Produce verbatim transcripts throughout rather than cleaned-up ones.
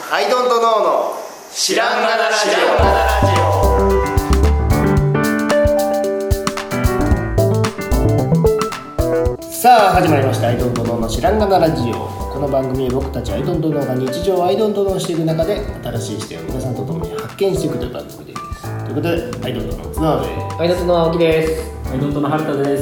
アイドントノーの知らんがなラジオ。さあ始まりましたアイドントノーの知らんがなラジオ。この番組は僕たちアイドントノーが日常をアイドントノーしていく中で新しい視点を皆さんと共に発見していくという番組です。ということでアイドントノーの綱です。 アイドントノー青木です。 アイドントノー春田です。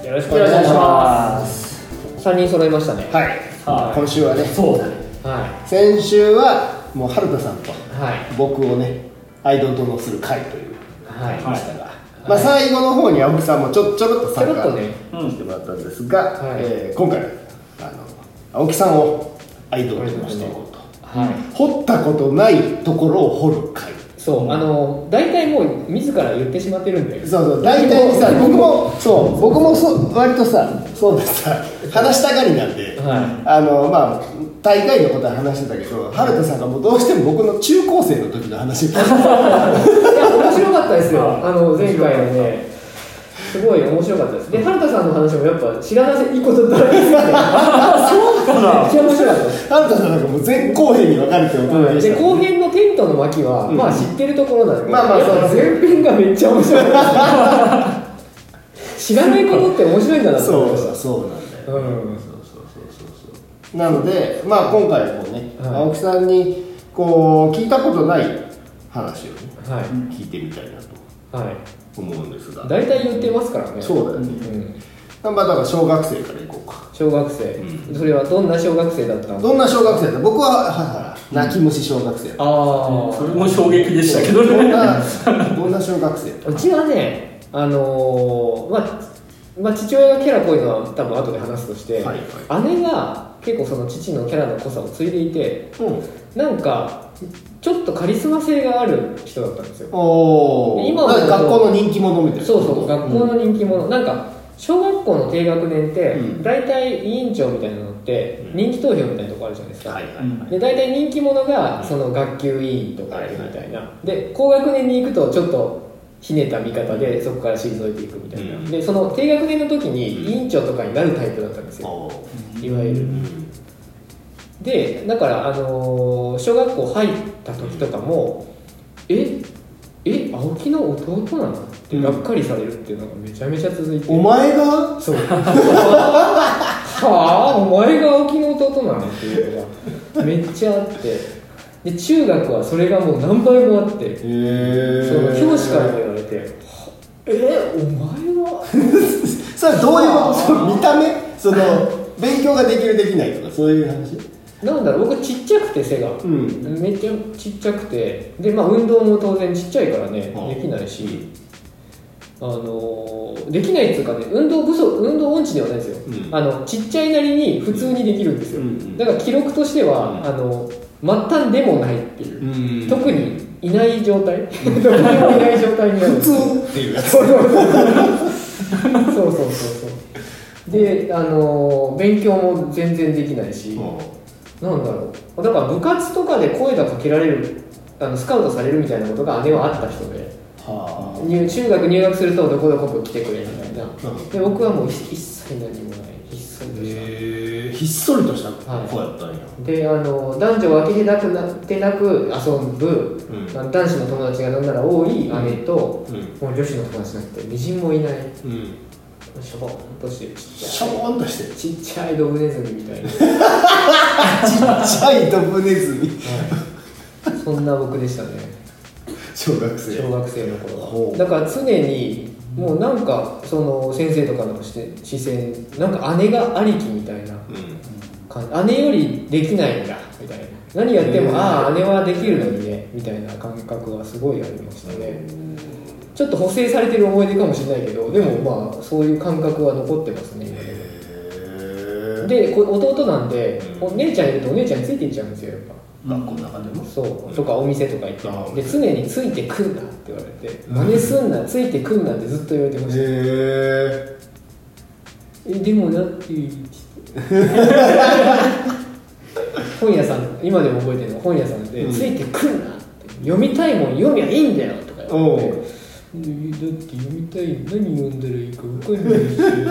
よろしくお願いします。さんにん揃いましたね。 はい、はい、今週はね、 そうだね、 はい、 先週はもう春田さんとはい僕をねアイドントノーする会というはいましたが、はい、まあ、最後の方に青木さんもちょちょろっと参加ちょろっとねしてもらったんですが、 はい、 えー、今回あの青木さんをアイドントノーしていこうと、 はい、 掘ったことないところを掘る会。 そう、あの大体もう自ら言ってしまってるんで。 そうそう、大体にさ、僕もそう僕もそう割とさ、そうでさ話したがりなんで、 はい、 あのまあ大会のことは話してたけど、春田さんがもうどうしても僕の中高生の時の話いや面白かったですよ。あの前回はねすごい面白かったです。で春田さんの話もやっぱ知らないことだらけですね。そうかな。めっちゃ面白かったです。 春田さんなんかもう前後編に分かれてお届けした、 で後編のテントの巻は、うん、まあ知ってるところなんで、 まあまあそう前編がめっちゃ面白かった知らないことって面白いんだなと思いました。 そうそうなんだよ、 うん、 そうそうそうそうなので、まあ、今回もね、はい、青木さんにこう聞いたことない話を、ね、はい、聞いてみたいなと、はい、思うんですが、 大体言ってますからね。 そうだよね、うん、まあ、だから小学生からいこうか。 小学生、うん、それはどんな小学生だったの？ どんな小学生だった？僕は、はいはい、泣き虫小学生だった。 ああ、それも衝撃でしたけどね。 どんな、どんな小学生？ うちはね、あのー、まあまあ、父親がキャラ濃いのは多分後で話すとして、はいはい、姉が結構その父のキャラの濃さを継いでいて、うん、なんかちょっとカリスマ性がある人だったんですよ。 お今は学校の人気者みたいな。 そうそう、学校の人気者、うん、なんか小学校の低学年って大体委員長みたいなのって人気投票みたいなとこあるじゃないですか、うんはいはいはい、で大体人気者がその学級委員とかやるみたいな、で高学年に行くとちょっとひねった見方でそこから退いていくみたいな、うん、でその低学年の時に委員長とかになるタイプだったんですよ、うん、いわゆる、うん、でだから、あのー、小学校入った時とかもええ青木の弟なのってがっかりされるっていうのがめちゃめちゃ続いて、 お前がそうはあお前が青木の弟なのっていうのがめっちゃあって、で中学はそれがもう何倍もあって、へー、その教師からも言われてえお前はそれはどういうこと？見た目その勉強ができるできないとかそういう話？ なんだろう、僕ちっちゃくて背が、うん、めっちゃちっちゃくて、で、まあ、運動も当然ちっちゃいからね、うん、できないし、あのできないっていうかね、運動不足、運動音痴ではないですよ、うん、あのちっちゃいなりに普通にできるんですよ、うん、だから記録としては、うん、あの末端でもないっていう、うん、特にいない状態、どこにもいない状態になる普通っていうやつそうそうそうそうそうで、あの勉強も全然できないし、なんだろう、だから部活とかで声がかけられる、あのスカウトされるみたいなことが姉はあった人で、はあ、入中学入学するとどこどこ来てくれみたいな、うん、で僕はもう一切何もない、ひっそりとした、 へひっそりとした子やったんや、はい、であの男女分けてなくなってなく遊ぶ、うん、男子の友達がなんなら多い姉と、うん、もう女子の友達なんてみじんもいない、うん、しょぼんとしてちっちゃいしょぼんとしてちっちゃいドブネズミみたいなちっちゃいドブネズミ、 はい、そんな僕でしたね小学生小学生の頃は。だから常にもうなんかその先生とかの視線なんか姉がありきみたいな感じ、うん、姉よりできないんだみたいな、何やってもああ姉はできるのにねみたいな感覚はすごいありましたね。ちょっと補正されてる思い出かもしれないけど、でもまあそういう感覚は残ってますね今でも。でこ弟なんで、お姉ちゃんいるとお姉ちゃんについていっちゃうんですよやっぱ。 学校の中でもそうとかお店とか行っても、で常についてくんなって言われて、真似すんなついてくんなってずっと言われてました。へえでもだって本屋さん今でも覚えてるの、本屋さんで、うん、ついてくんなって読みたいもん読みゃいいんだよとか言って、だって読みたい何読んだらいいか分かんないしみたいな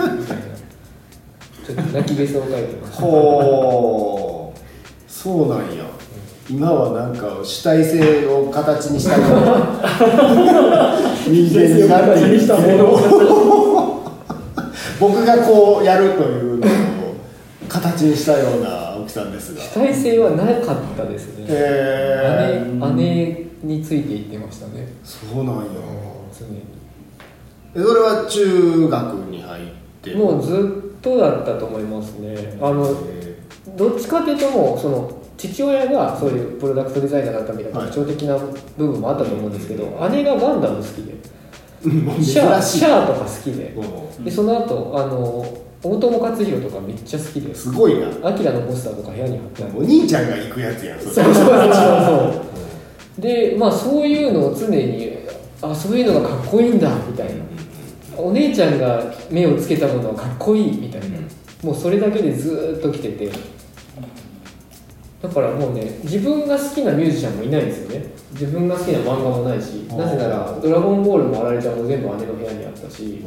ちょっと泣きべそを書いてました。 ほーそうなんや。 今はなんか主体性を形にしたような人間になっているけど僕がこうやるというのを形にしたような青木さんですが、 主体性はなかったですね。 へー姉、姉についていってましたね。 そうなんや。 常にそれは中学に入ってもうずっとだったと思いますね。あのどっちかというともうその父親がそういうプロダクトデザイナーだったみたいな特徴的な部分もあったと思うんですけど、はい、姉がガンダム好きでシャア、シャアとか好きで、でその後あの大友克洋とかめっちゃ好きで、 すごいな。 アキラのポスターとか部屋に貼ってある。 お兄ちゃんが行くやつやん。 そうそうそうそうで、まあそういうのを常にあそういうのがかっこいいんだみたいな、お姉ちゃんが目をつけたものはかっこいいみたいな、もうそれだけでずっと来てて、だからもうね自分が好きなミュージシャンもいないんですよね。自分が好きな漫画もないし、なぜならドラゴンボールもあられちゃんも全部姉の部屋にあったし、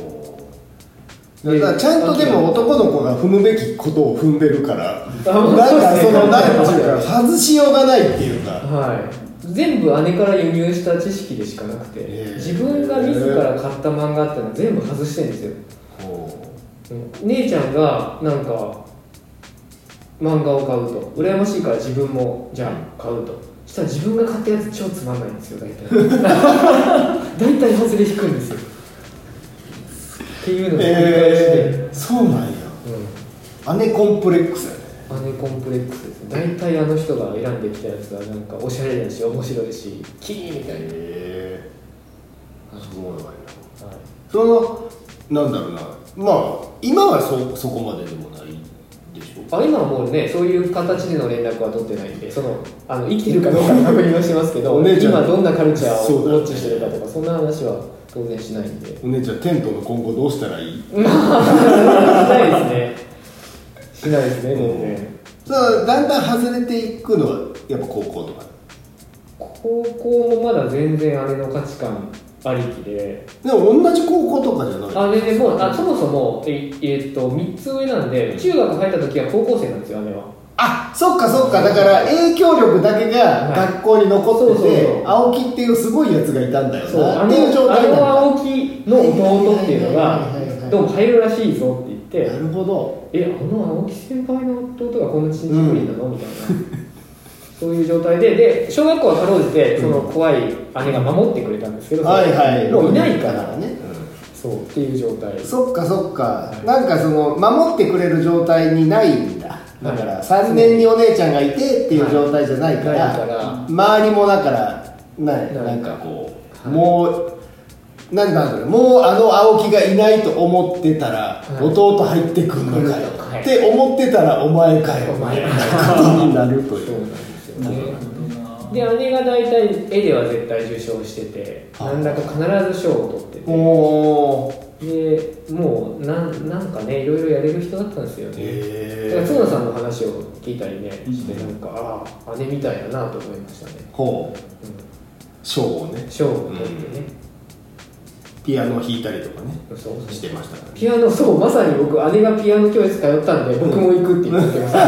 だからちゃんとでも男の子が踏むべきことを踏んでるからなんかその何ていうか外しようがないっていうか、 はい、全部姉から輸入した知識でしかなくて、えー、自分が自ら買った漫画っていうのは全部外してるんですよ。姉ちゃんがなんか漫画を買うと羨ましいから自分もじゃあ買うとそしたら自分が買ったやつ超つまんないんですよ大体大体外れ引くんですよっていうのを繰り返して、 えー、そうなんや、うん、姉コンプレックスやね。 姉コンプレックスですね。大体あの人が選んできたやつがなんかおしゃれだし面白いしキーみたいな、 えー、すごいわよ、はい、そのなんだろうな、まあ今は そ, そこまででもないでしょ。 あ今はもうねそういう形での連絡は取ってないんで、そのあの生きてるかどうかの確認はしますけど今どんなカルチャーをウォッチしてるかとか そ,、ね、そんな話は当然しないんで。 お姉ちゃんテントの今後どうしたらいい？ しないですねしないですね全然。 そうだんだん外れていくのはやっぱ高校とか。 高校もまだ全然姉の価値観ありきで。 でも同じ高校とかじゃない？ あ全然もうあそもそもえ、えー、っとみっつ上なんで中学入った時は高校生なんですよ姉は。 あそっかそっか、だから影響力だけが学校に残ってて、はい、そうそうそう青木っていうすごいやつがいたんだよなっていう状態なんだ。 あの青木の弟っていうのがどうも入るらしいぞって言って、 なるほど、 えあの青木先輩の弟がこんなちんちぶりなの、うん、みたいなそういう状態で、で小学校はかろうじてその怖い姉が守ってくれたんですけど、うん、はいはい、もういないからね、うん、そうっていう状態。 そっかそっか、はい、なんかその守ってくれる状態にないんだ。だからさんねんにお姉ちゃんがいてっていう状態じゃないから、はい、周りもだからななんかこう、はい、もうなんだろう、もうあの青木がいないと思ってたら、はい、弟入ってくんのかよ、はい、って思ってたらお前かよ、お前かよことになるという。そうなんですよね。 で姉が大体絵では絶対受賞してて、なんだか必ず賞を取ってて、 おでもうな ん, なんかねいろいろやれる人だったんですよね。だから角田さんの話を聞いたりねして、なんかああ姉みたいだなと思いましたね。 ほう、賞、うん、をね賞を取ってね、うん、 ピアノ弾いたりとかねそうそうしてましたから、ね、 ピアノそうまさに僕姉がピアノ教室通ったんで僕も行くって言ってました、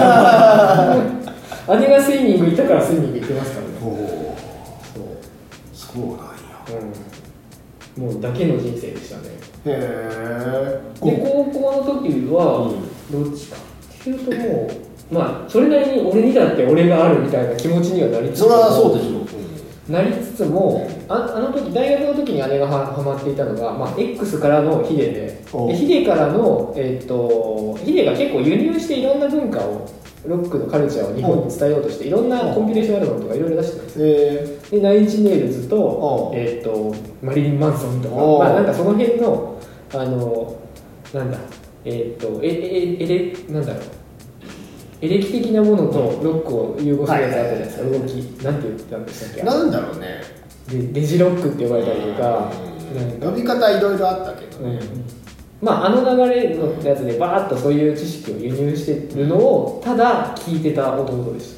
うん、姉がスイミング行ったからスイミング行ってますからね。 ほうそうそうなんや、 うん、もうだけの人生でしたね。 へえ。で高校の時はどっちかっていうともうまあそれなりに俺にだって俺があるみたいな気持ちにはなりつつも、 それはそうでしょう、 なりつつも あ, あの時大学の時に姉がははまっていたのが、まあ、X からのヒデで、でヒデからの、えー、とヒデが結構輸入していろんな文化をロックのカルチャーを日本に伝えようとしていろんなコンピレーションアルバムとかいろいろ出してたんですよ、えー、でナインチネイルズ と,、えー、とマリリン・マンソンとか、まあ、なんかその辺のあのなんだえっ、ー、とええええなんだろうエレキ的なものとロックを融合するやつあったじゃないですか、はいはい、動きなんて言ってたんでしたっけ。 なんだろうね、 レジロックって呼ばれたりとか、 呼び方いろいろあったけどね、 うん、まああの流れのやつでバーッとそういう知識を輸入してるのをただ聞いてた弟でした。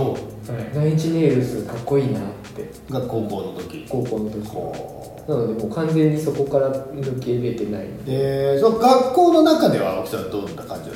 お、はい、ナインチネイルズかっこいいなってが高校の時高校の時なのでもう完全にそこから抜け出てない。 えー、その学校の中では青木さんどんな感じだったの？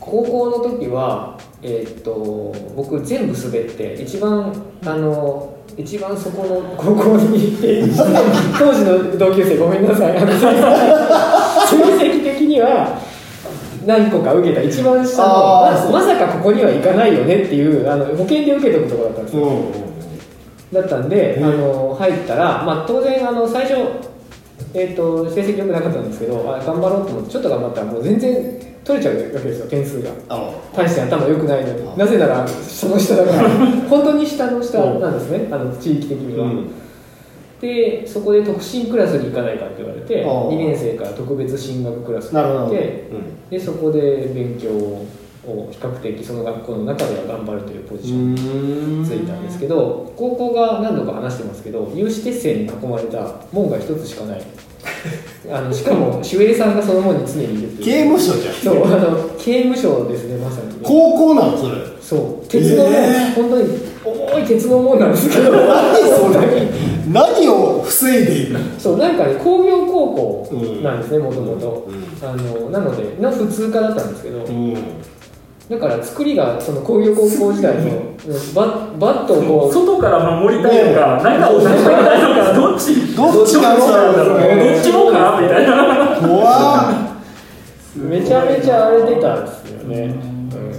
高校の時は、えー、っと僕全部滑って一番あの一番そこの高校に行って当時の同級生ごめんなさいあの成績的には何個か受けた一番下の ま, まさかここには行かないよねっていうあの保険で受けておくところだったんですよ、うん、だったんで、あの入ったら、まあ、当然あの最初、えー、と成績良くなかったんですけどあ頑張ろうと思ってちょっと頑張ったらもう全然取れちゃうわけですよ点数が大して頭良くないのになぜならその下だから本当に下の下なんですねあの地域的には、うん、でそこで特進クラスに行かないかって言われてにねん生から特別進学クラスに行って、うん、でそこで勉強を比較的その学校の中では頑張るというポジションについたんですけど高校が何度か話してますけど有志鉄線に囲まれた門が一つしかないあのしかも守衛さんがその門に常にいるっていう刑務所じゃんそうあの刑務所ですねまさに、ね、 高校なのそれそう鉄の門、えー、本当に重い鉄の門なんですけど何それ何を防いでいるそうなんかね工業高校なんですねもともとなのでの普通科だったんですけど、うんだから作りがその工業高校時代のバッ、バットをこう外から守りたいのか中を守りたいのかどっちどっちだろうどっちもかみたいな怖めちゃめちゃ荒れてたんですよね、うん、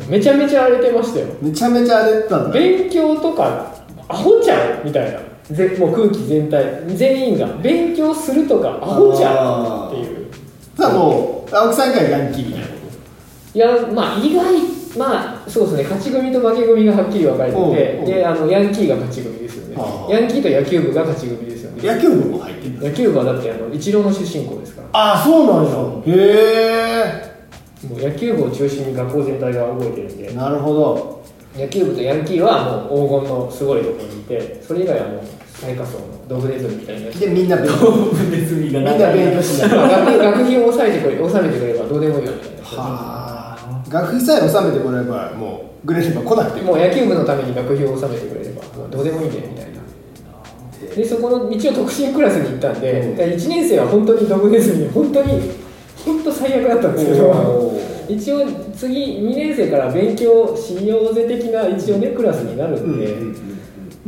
めちゃめちゃ荒れてましたよめちゃめちゃ荒れてたんだ勉強とかアホちゃうみたいなぜもう空気全体全員が勉強するとかアホちゃうっていうさあもう青木さん以外ヤンキーみたいなこといやまあ意外まあそうですね勝ち組と負け組がはっきり分かれててであのヤンキーが勝ち組ですよねヤンキーと野球部が勝ち組ですよね野球部も入ってる野球部はだってあのイチローの出身校ですからああそうなんですよへえもう野球部を中心に学校全体が動いてるんでなるほど野球部とヤンキーはもう黄金のすごいところにいてそれ以外はもう最下層のドブネズミみたいなやつでみんな勉強ドブネズミがみんな勉強しない学, 学費を抑えてくれ抑えてくれればどうでもいいよみたいなはあ学費さえ納めてくれればもうグレれば来なくてもう野球部のために学費を納めてくれればもうどうでもいいねみたいなでそこの一応特進クラスに行ったんで、うん、いちねん生は本当にドブネズミ本当に本当最悪だったんですけど一応次にねん生から勉強しようぜ的な一応ねクラスになるんで、うんうんうん、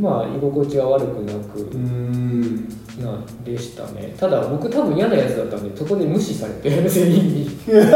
まあ居心地は悪くなくうんなでしたねただ僕多分嫌なやつだったんでそこで無視されて全員に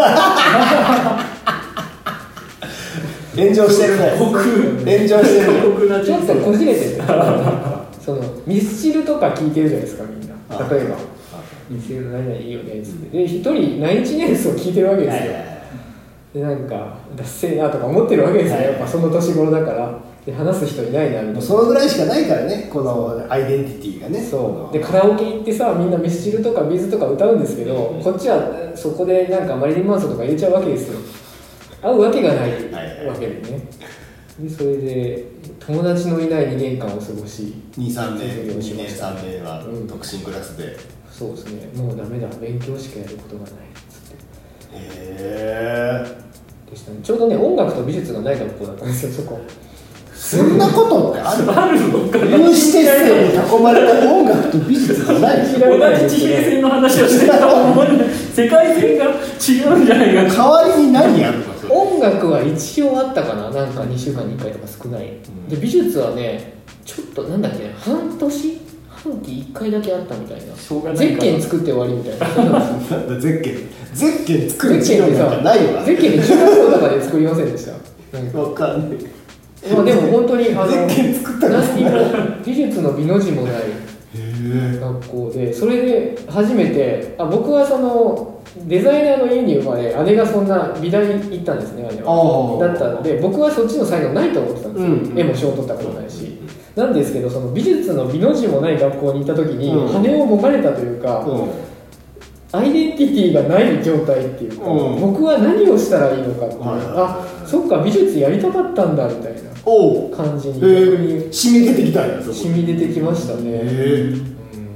炎上してるね炎上してるねちょっとこじれてるそのミスチルとか聞いてるじゃないですかみんな例えばミスチル何々いいよねっつってで一人ナインチネルスを聞いてるわけですよでなんかダッセーなとか思ってるわけですよやっぱその年頃だからで話す人いないなみたいなそのぐらいしかないからねこのアイデンティティがねそうでカラオケ行ってさみんなミスチルとかビーズとか歌うんですけど、うん、こっちはそこでなんかマリリン・マンソンとか入れちゃうわけですよ会うわけがないわけでねでそれで友達のいないにねんかんを過ごしにさんねんにねんさんねんは特進クラスで、うん、 そうですねもうダメだ勉強しかやることがないっつってへえでしたねちょうどね音楽と美術がない学校だったんですよそこそんなことってあるあるのか有志鉄線に囲まれた音楽と美術がない同じ地平線の話をしてたと思う世界線が違うんじゃないか代わりに何やるの音楽は一応あったかななんかにしゅうかんにいっかいとか少ない、うん、で美術はねちょっとなんだっけ半年半期いっかいだけあったみたいなゼッケン作って終わりみたいなゼッケンゼッケン作る授業なんかないわゼッケン中学校とかで作りませんでしたわかんないまあでも本当にあのゼッケン作ったんですか美術の美の字もない学校でそれで初めてあ僕はそのデザイナーの家に生まれ姉がそんな美大行ったんですね姉はだったんで僕はそっちの才能ないと思ってたんですよ、うん、絵も賞取ったことないし、うん、なんですけどその美術の美の字もない学校に行った時に、うん、羽をもがれたというか、うん、アイデンティティがない状態っていうか、うん、僕は何をしたらいいのかっていう、うん、あそっか美術やりたかったんだみたいな感じに逆に、 えー、染み出てきたんや染み出てきましたね、 えー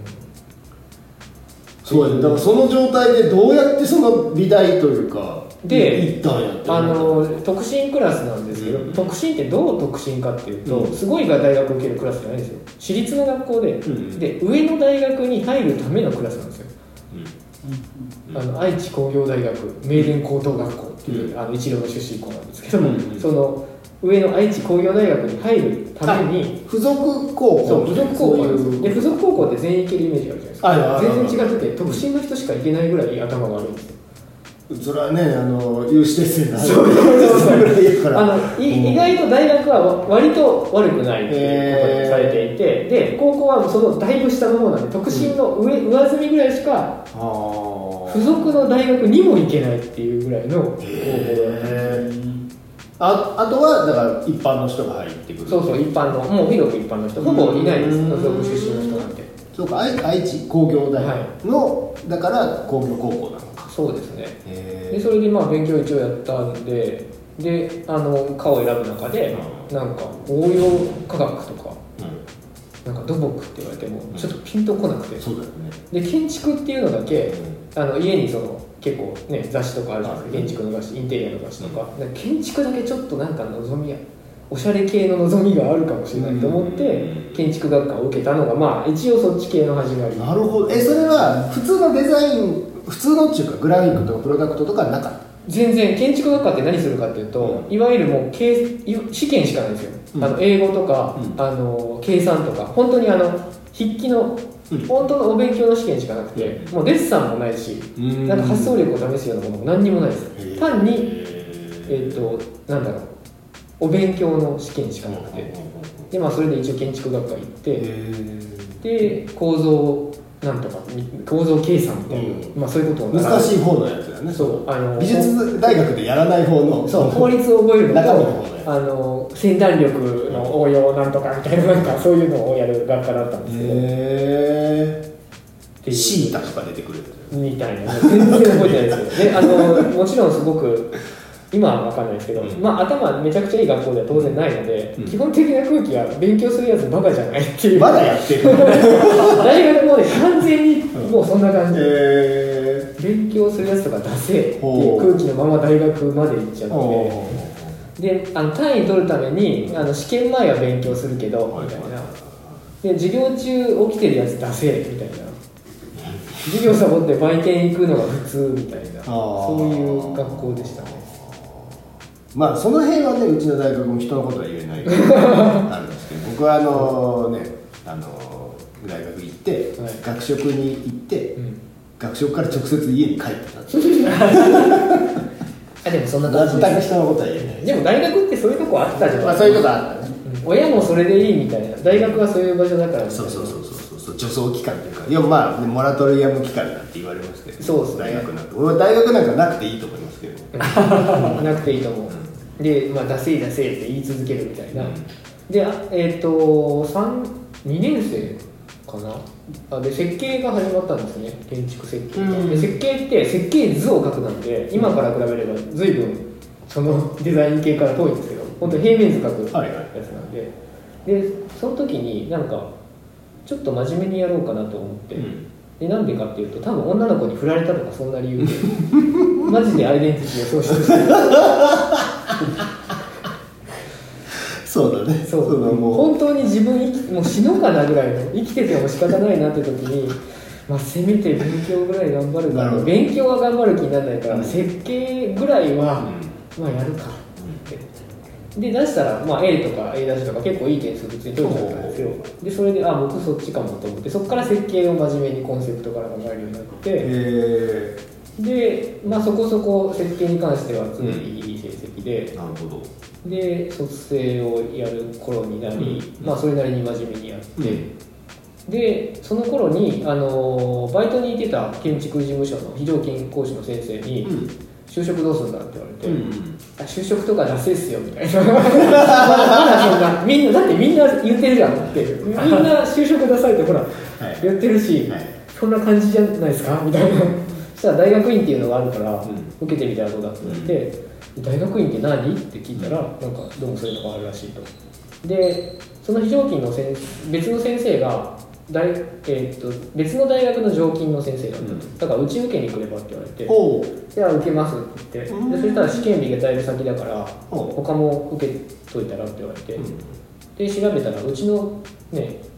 そうですね、だからその状態でどうやってその美大というかで行ったんやってあの特進クラスなんですけど、うん、特進ってどう特進かっていうと、うん、すごいが大学を受けるクラスじゃないんですよ私立の学校で、うん、で上の大学に入るためのクラスなんですよ、うんあの愛知工業大学名電高等学校っていう、うん、あの一郎の出身校なんですけども、うん、その上の愛知工業大学に入るために付属高校、 そう付属高校で付属高校って全員行けるイメージがあるじゃないですか。全然違ってて特進の人しか行けないぐらい頭が悪いんですよ。 それはね、あの有志鉄線があるそうそうそうあのい意外と大学は割と悪くないっていうことにされていて、で高校はそのだいぶ下の方なんで特進の上、うん、上積みぐらいしか付属の大学にも行けないっていうぐらいの高校だったんですよ。 あ, あとはだから一般の人が入ってくる。 そうそう一般のもう広く一般の人ほぼいないです付属出身の人なんて。 そうか愛, 愛知工業大学の、はい、だから工業高校なのか。 そうですね。でそれでまあ勉強一応やったんでであの科を選ぶ中で、うん、なんか応用科学とか、うん、なんか土木って言われてもちょっとピンとこなくて、うん、 そうだよね。 で建築っていうのだけ、うん、あの家にその結構ね雑誌とかあるじゃないですか、建築の雑誌インテリアの雑誌とか、うん、建築だけちょっとなんか望みやおしゃれ系の望みがあるかもしれないと思って建築学科を受けたのがまあ一応そっち系の始まり。 なるほど。えそれは普通のデザイン普通のっていうかグラフィックとかプロダクトとかなかった？ 全然建築学科って何するかっていうと、うん、いわゆるもう試験しかないんですよ、うん、あの英語とか、うん、あの計算とか本当にあの筆記の、うん、本当のお勉強の試験しかなくて、うん、もうデッサンもないし、うん、なんか発想力を試すようなものも何にもないです。単にえっとなんだろうお勉強の試験しかなくて、でまあそれで一応建築学科行ってで構造なんとか構造計算みたいな、うん、まあそういうことを難しい方のやつだよね。 そうあの美術大学でやらない方のそう法律を覚えるのとあの先端力の応用なんとかみたいななんかそういうのをやる学科だったんですけど。 へー。シータとか出てくるみたいな全然覚えてないですけどであのもちろんすごく今は分かんないですけど、うん、まあ頭めちゃくちゃいい学校では当然ないので、うん、基本的な空気は勉強するやつバカじゃないっていうまだやってる大学もね完全にもうそんな感じで、えー、勉強するやつとか出せっていう空気のまま大学まで行っちゃってであの単位取るためにあの試験前は勉強するけどみたいなで授業中起きてるやつ出せみたいな授業サボって売店行くのが普通みたいなそういう学校でしたね。 まあその辺はねうちの大学も人のことは言えないあるんですけど僕はあのねあの大学行って、はい、学食に行って、うん、学食から直接家に帰ってたんですあでもそんな感じ全く人のことは言えないでも大学ってそういうとこあったじゃん、 まあ、そういうとこあったね、 うん、親もそれでいいみたいな大学はそういう場所だからみたいなそうそうそうそうそう助走期間というかいやまあ、ね、モラトリアム期間なんて言われますけどそうですね大学なんか俺は大学なんかなくていいと思いますけどなくていいと思う、うんで、まあ、出せい出せって言い続けるみたいな、うん、で、えっ、ー、とにねん生かなあで設計が始まったんですね建築設計、うん、で設計って設計図を描くなんで今から比べれば随分そのデザイン系から遠いんですけど本当に平面図描くやつなんで、はいはい、でその時になんかちょっと真面目にやろうかなと思って、うんでなんでかっていうと多分女の子に振られたとかそんな理由でマジでアイデンティティを喪失してるそうだねそうそうだもう本当に自分もう死のうかなぐらいの生きてても仕方ないなって時に、まあ、せめて勉強ぐらい頑張るから勉強は頑張る気にならないから、うん、設計ぐらいは、うん、まあやるかってで出したら、まあ、A とか A 出しとか結構いい点数普通に取れちゃったんですよでそれであ僕そっちかもと思ってそこから設計を真面目にコンセプトから考えるようになってで、まあ、そこそこ設計に関しては常にいい成績で、 うん、なるほどで卒生をやる頃になり、うんまあ、それなりに真面目にやって、うん、でその頃にあのバイトにいてた建築事務所の非常勤講師の先生に、うん就職どうするんだって言われて、うん、就職とか出せっすよみたいなまだそんなみんなだってみんな言ってるじゃんってみんな就職ダサいってほら、はい、言ってるし、はい、そんな感じじゃないですかみたいなそしたら大学院っていうのがあるから、うん、受けてみたらどうだって言われて、うん、大学院って何って聞いたら、うん、なんかどうもそういうのがあるらしいとでその非常勤の先別の先生が大えー、っと別の大学の常勤の先生だったと、うん、だからうち受けに来ればって言われてじゃあ受けますって言って、うん、でそしたら試験日がだいぶ先だから他も受けといたらって言われて、うん、で調べたらうちのね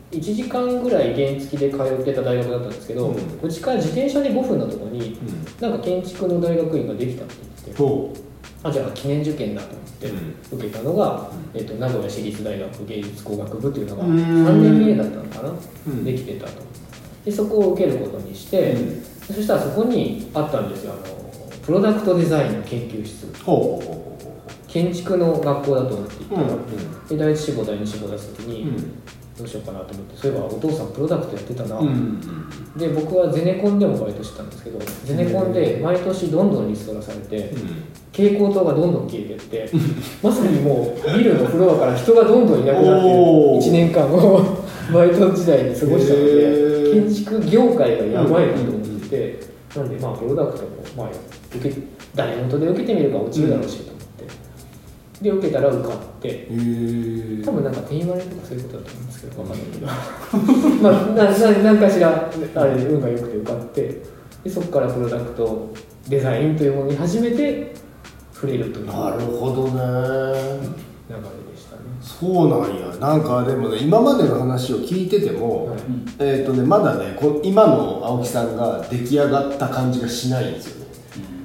いちじかんぐらい原付で通ってた大学だったんですけど、うち、ん、から自転車でごふんのところに、うん、なんか建築の大学院ができたって言って、うん、あじゃあ記念受験だと思って受けたのが、うんえー、と名古屋市立大学芸術工学部っていうのがさんねんめだったのかな、うん、できてたと。でそこを受けることにして、うん、そしたらそこにあったんですよ、あのプロダクトデザインの研究室。ほうほうほう、建築の学校だと思っていたら、うんうん、で第一志望第二志望出すときに、うんどうしようかなと思って、そういえばお父さんプロダクトやってたな、うんうん、で僕はゼネコンでもバイトしてたんですけど、ゼネコンで毎年どんどんリストラされて、うん、蛍光灯がどんどん消えてって、まさにもうビルのフロアから人がどんどんいなくなってるいちねんかんをバイト時代に過ごしたので、建築業界がやばいなと思ってて、うんうん、なんでまあプロダクトも、まあ、受け誰元で受けてみるか落ちるだろうしと思って、うん、で受けたら受かって、多分なんか定員割れとかそういうことだと思うんですけど、分かんないけどまあなな何かしらあれ運が良くて受かって、でそこからプロダクトデザインというものに初めて触れるという。 なるほどね、 流れでしたね。 そうなんや。なんかでもね、今までの話を聞いてても、はい、えーとね、まだねこ今の青木さんが出来上がった感じがしないんですよね、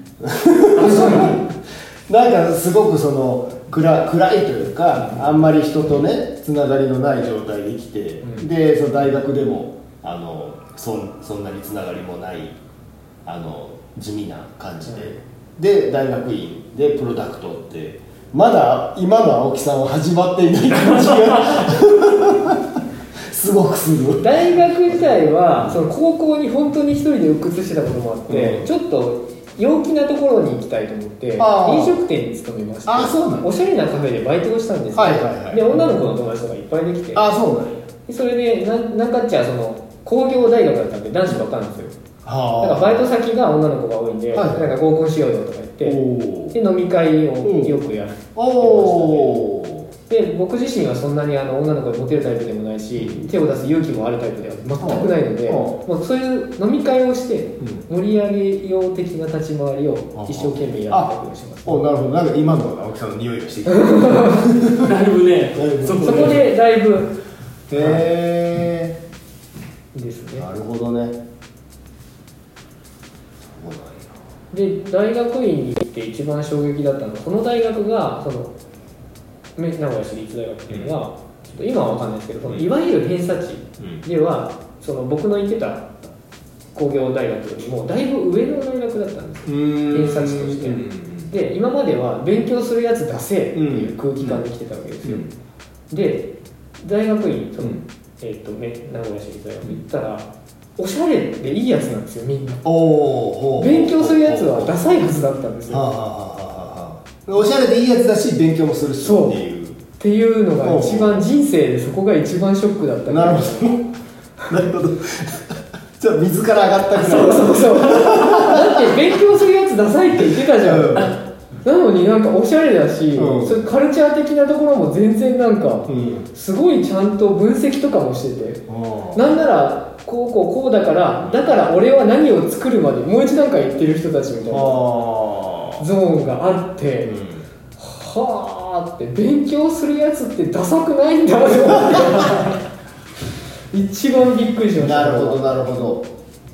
うん、なんかすごくその 暗, 暗いというか、あんまり人とねつながりのない状態で来て、うん、でその大学でもあの そ, そんなにつながりもないあの地味な感じで、うん、で大学院でプロダクトってまだ今の青木さんは始まっていない感じがすごくする。 大学時代はその高校に本当に一人で鬱屈してたこともあって、うん、ちょっと陽気なところに行きたいと思って飲食店に勤めまして、 あそうなん、 おしゃれなカフェでバイトをしたんですよ、 はいはいはい、 で女の子の友達とかいっぱいできて、 あそうなんや。 それでななんかっちゃその工業大学だったんで男子ばっかなんですよ。だからバイト先が女の子が多いんで、はい、なんか合コンしようよとか言ってで飲み会をよくやってましたね。で僕自身はそんなにあの女の子にモテるタイプでもないし、手を出す勇気もあるタイプでは全くないので、もうそういう飲み会をして盛り上げよう的な立ち回りを一生懸命やってたりします、ね、 おなるほど。なんか今の青木さんの匂いがしてきただいぶねそこでだいぶへえー、ですね。 なるほどね。 で大学院に行って一番衝撃だったのは、その大学がその名古屋市立大学っていうのが、うん、ちょっと今は分かんないですけど、うん、いわゆる偏差値では、うん、その僕の行ってた工業大学よりもだいぶ上の大学だったんですよ、偏差値として、うん、で今までは勉強するやつ出せっていう空気感で来てたわけですよ、うん、で大学院その、うんえー、と名古屋市立大学行ったらおしゃれでいいやつなんですよみんな。お勉強するやつはダサいはずだったんですよ。はあはあはあ、おしゃれでいいやつだし勉強もするしっていうっていうのが一番人生でそこが一番ショックだった。 なるほどなるほどじゃあ自ら上がったくらい。 そうそうそうだって勉強するやつダサいって言ってたじゃん、うん、なのになんかおしゃれだし、うん、それカルチャー的なところも全然なんか、うん、すごいちゃんと分析とかもしてて、うん、なんならこうこうこうだからだから俺は何を作るまでもう一段階言ってる人たちみたいなゾーンがあって、うん、はあって勉強するやつってダサくないんだって一番びっくりしました。 なるほどなるほど。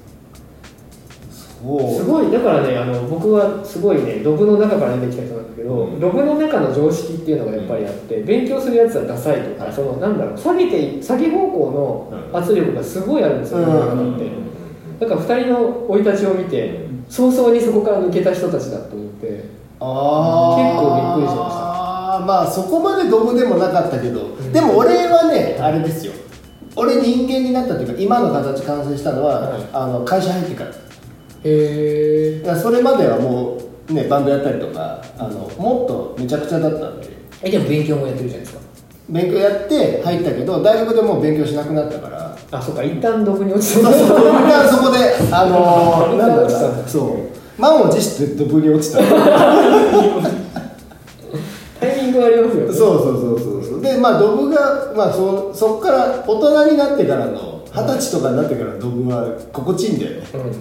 そうすごいだからね、あの僕はすごいねドブの中から出てきた人なんだけど、うん、ドブの中の常識っていうのがやっぱりあって、うん、勉強するやつはダサいとか、はい、そのなんだろう下げて下げ方向の圧力がすごいあるんですよ、うん、ってだからふたりの生い立ちを見て、うん、早々にそこから抜けた人たちだと思ってあ結構びっくりしました。 あまあそこまでドブでもなかったけど、うん、でも俺はねあれですよ、俺人間になったというか今の形完成したのは、はい、あの会社入ってからへえ。それまではもうねバンドやったりとかあのもっとめちゃくちゃだったんで。 えでも勉強もやってるじゃないですか。 勉強やって入ったけど大学でもう勉強しなくなったから。 あそっか一旦ドブに落ちた。 そうそう一旦そこであのー、なんだろうなそう満を持してドブに落ちたタイミングありますよね。 そうそうそうそうそうでまあドブがまあそそこから大人になってからの二十歳とかになってからドブは心地いいんだよね、うん、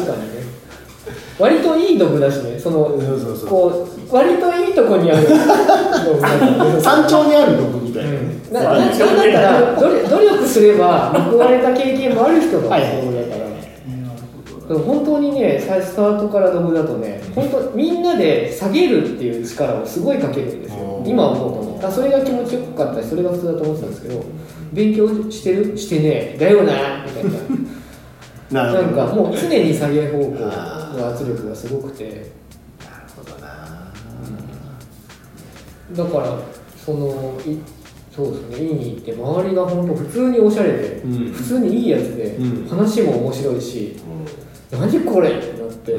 確かにね割といいドブだしね、そのそうそうそうこう割といいとこにある山頂にあるドブみたいな、ね、 うん、ななんだったら努力すれば報われた経験もある人のところだから、はい、本当にねスタートからドブだとね、本当みんなで下げるっていう力をすごいかけるんですよ。今思うとね、あそれが気持ちよかったし、それが普通だと思ってたんですけど、勉強してるしてねだよなみたいなな, なんかもう常に下げ方向の圧力がすごくて、なるほどな、 うん、だからそのいそうですね、いいに行って周りが本当普通におしゃれで、うん、普通にいいやつで、うん、話も面白いし、うん、何これってなって、うん、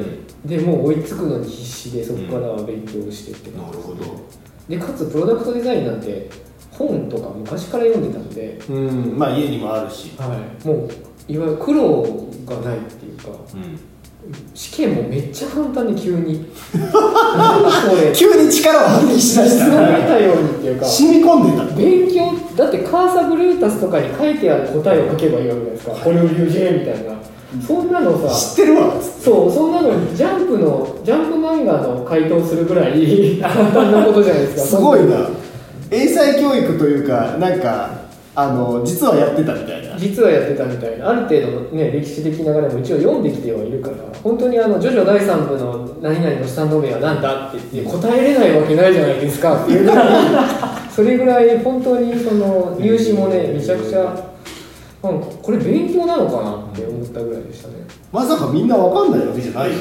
でもう追いつくのに必死でそこから勉強してって感じです、ね、うん、なるほど。でかつプロダクトデザインなんて本とか昔から読んでたんで、 うん、まあ家にもあるし、 はい、もういわゆる苦労がないっていうか、うん、試験もめっちゃ簡単に急に急に力を発揮しだした水を得たようにっていうか染み込んでた。 勉強だってカーサブルータスとかに書いてある答えを書けばいいわけじゃないですか、はい、これを言うじみたいな、うん、そんなのさ知ってるわ。 そうそんなのにジャンプのジャンプ漫画の回答するぐらい簡単なことじゃないですか。 すごいな。英才教育というか、なんかあの実はやってたみたいな実はやってたみたいな、ある程度の、ね、歴史的流れも一応読んできてはいるから、本当にあのジョジョだいさん部の何々のスタンド名は何だって言って答えれないわけないじゃないですかっていうぐらいそれぐらい本当にその入試もねめちゃくちゃなんかこれ勉強なのかなって思ったぐらいでしたね。 まさかみんなわかんないわけじゃないよ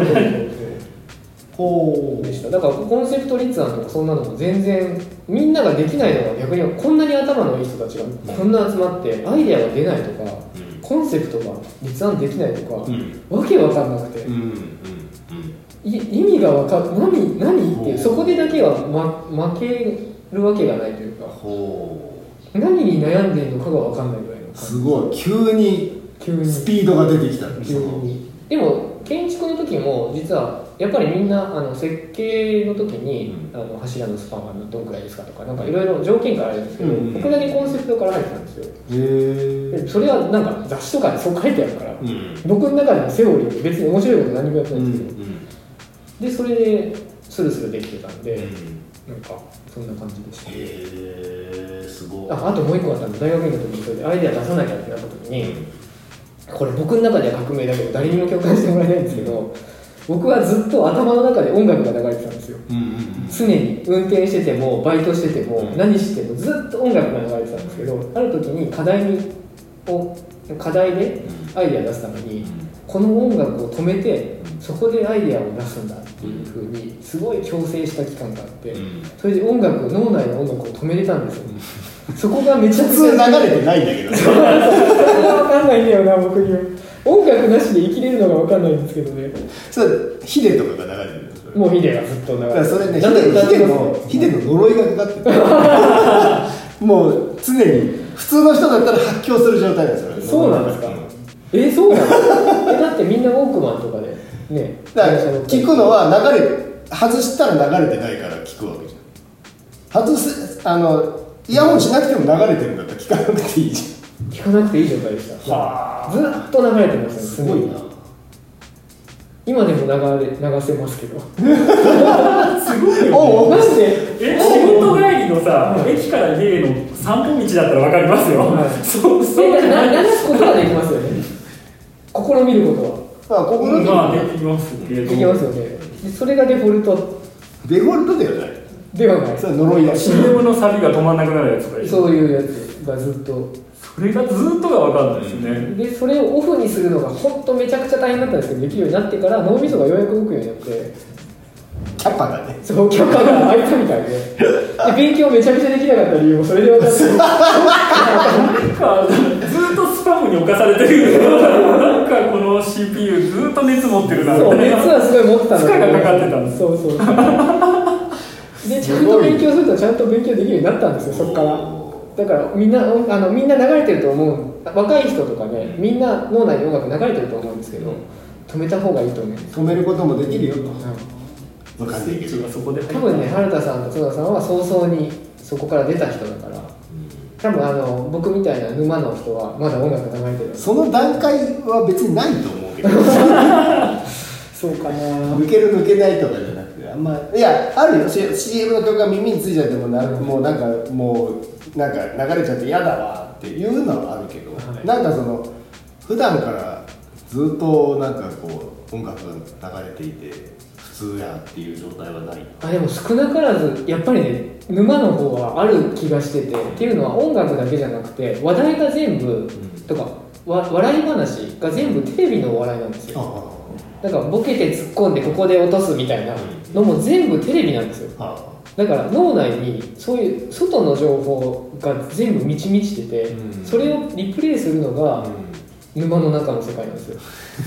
ほうでした。だからコンセプト立案とかそんなのも全然みんなができないのが逆にこんなに頭のいい人たちがこんな集まってアイデアが出ないとか、うん、コンセプトが立案できないとか、うん、わけわかんなくて、うんうんうん、意味がわかん何何っていうそこでだけは、ま、負けるわけがないというか、ほう何に悩んでるのかがわかんないぐらいの感じ。 すごい急にスピードが出てきたんですよ。 でも建築の時も実はやっぱりみんなあの設計の時に、うん、あの柱のスパンはどのくらいですかとかなんかいろいろ条件があるんですけど、うん、僕だけコンセプトから入ってたんですよ。へでそれはなんか雑誌とかでそう書いてあるから、うん、僕の中でのセオリー別に面白いこと何もやってないんですけど、うんうん、でそれでスルスルできてたんで、うん、なんかそんな感じでした。 へーすごい。 あ, あともう一個あったの大学院の時にそれでアイデア出さなきゃってなった時に、うん、これ僕の中では革命だけど誰にも共感してもらえないんですけど、僕はずっと頭の中で音楽が流れてたんですよ、うんうんうん、常に運転しててもバイトしてても、うん、何してもずっと音楽が流れてたんですけど、ある時に課題にを課題でアイデア出すために、うん、この音楽を止めてそこでアイデアを出すんだっていう風にすごい強制した期間があって、うん、それで音楽脳内の音楽を止めれたんですよ、うん、そこがめちゃくちゃ普通流れてないんだけどそれが分かんないんだよな僕には。音楽なしで生きれるのが分かんないんですけどね。 それヒデとかが流れてるんですよ。 もうヒデがずっと流れてる。 それね、ヒデのヒデの呪いがかかっててもう常に普通の人だったら発狂する状態なんですよ。 そうなんですか。えそうなんですか。えだってみんなウォークマンとかでね。 だから聞くのは流れ外したら流れてないから聞くわけじゃん。外すあのイヤホンしなくても流れてるんだったら聞かなくていいじゃん。 聞かなくていい状態でした。はずっと流れてましたね。 すごいな。 今でも流れ流せますけど。すごいよね。マジでえ仕事帰りのさ、はい、駅から家への散歩道だったらわかりますよ。はい、そうそうじゃない。流すことはできますよね。試みることは。 あ、ここのまあできますけど。 できますよね。それがデフォルト。 デフォルトではない。 ではない。 それは呪いだし。 シーエム のサビが止まんなくなるやつがいい。 そういうやつがずっと。 それがずっとが分かんないですね、うん、 でそれをオフにするのが本当めちゃくちゃ大変だったんですけどできるようになってから脳みそがようやく動くようになってキャパがねそうキャパが開いたみたいでで勉強めちゃくちゃできなかった理由もそれで分かってなんかずっとスパムに侵されてるなんかこの シーピーユー ずっと熱持ってるなそう熱はすごい持ってたんだけど負荷がかかってたんですそうそうでちゃんと勉強するとちゃんと勉強できるようになったんですよそこからだからみんなあのみんな流れてると思う若い人とかねみんな脳内に音楽流れてると思うんですけど止めた方がいいと思うんです止めることもできるよと、うん、 分かんないけどそこで多分ね原田さんと津田さんは早々にそこから出た人だから多分あの僕みたいな沼の人はまだ音楽流れてるその段階は別にないと思うけどそうかな抜ける抜けないとかじゃなくてあんまいやあるよ シーエム の曲が耳についちゃってもな、うん、もうなんかもうなんか流れちゃって嫌だわっていうのはあるけど、はい、なんかその普段からずっとなんかこう音楽が流れていて普通やっていう状態はない。 あでも少なからずやっぱりね沼の方はある気がしてて、っていうのは音楽だけじゃなくて話題が全部、うん、とかわ笑い話が全部テレビのお笑いなんですよ。だからボケて突っ込んでここで落とすみたいなのも全部テレビなんですよ。だから脳内にそういう外の情報が全部満ち満ちてて、うん、それをリプレイするのが沼の中の世界なんですよ。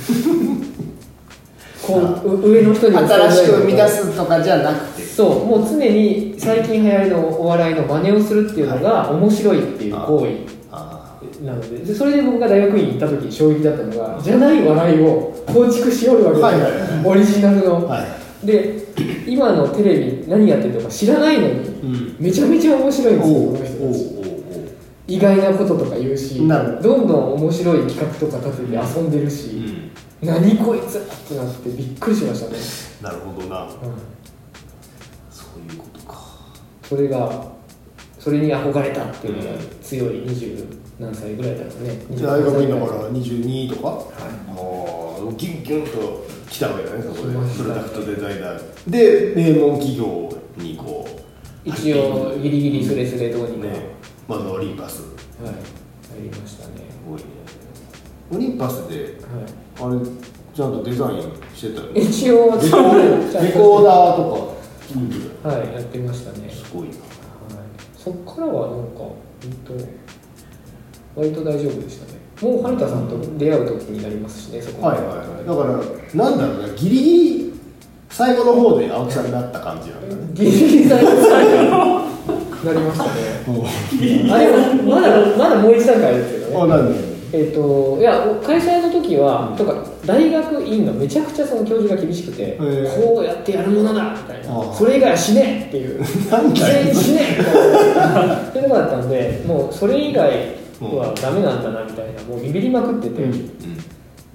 こう上の人に新しく生み出すとかじゃなくて、 そうもう常に最近流行りのお笑いの真似をするっていうのが面白いっていう行為なの で, でそれで僕が大学院に行った時衝撃だったのがじゃない笑いを構築しおるわけですよ、はいはいはい、オリジナルの、はい、で今のテレビ何やってるとか知らないのに、うん、めちゃめちゃ面白いんですよこの人たち。意外なこととか言うしどんどん面白い企画とか立てて遊んでるし、うん、何こいつってなってびっくりしましたね。 なるほどな、うん、そういうことか。それがそれに憧れたっていうのが強いにじゅう何歳ぐらいだろうね。 大学院だからにじゅうにとか、はい、もうギュンギュンと来たわけだねそこで。プロダクトデザイナーで名門企業にこう一応ギリギリスレスレどうにか、ね、 まずオリンパス、 はい、入りましたね。すごいね。 オリンパスで、はい、あれちゃんとデザインしてたよね。 一応レコーダーとか、はい、やってましたね。 すごいな、はい、 そっからはなんか割と大丈夫でしたね。もう春田さんと出会う時になりますしね、そこはいはいはい。だからなんだろうね、ギリギリ最後の方で青木さんになった感じなんだね。 ギリギリ最後なりましたね。あれはまだまだもう一段階ですけどね。 あ、なんで？ えーと、いや会社の時は、うん、とか大学院がめちゃくちゃその教授が厳しくて、こうやってやるものだみたいな、それ以外は死ねっていう全員死ねみたいなっていうのがあったんで、もうそれ以外はダメなんだなみたいな、もうビビりまくってて、うん、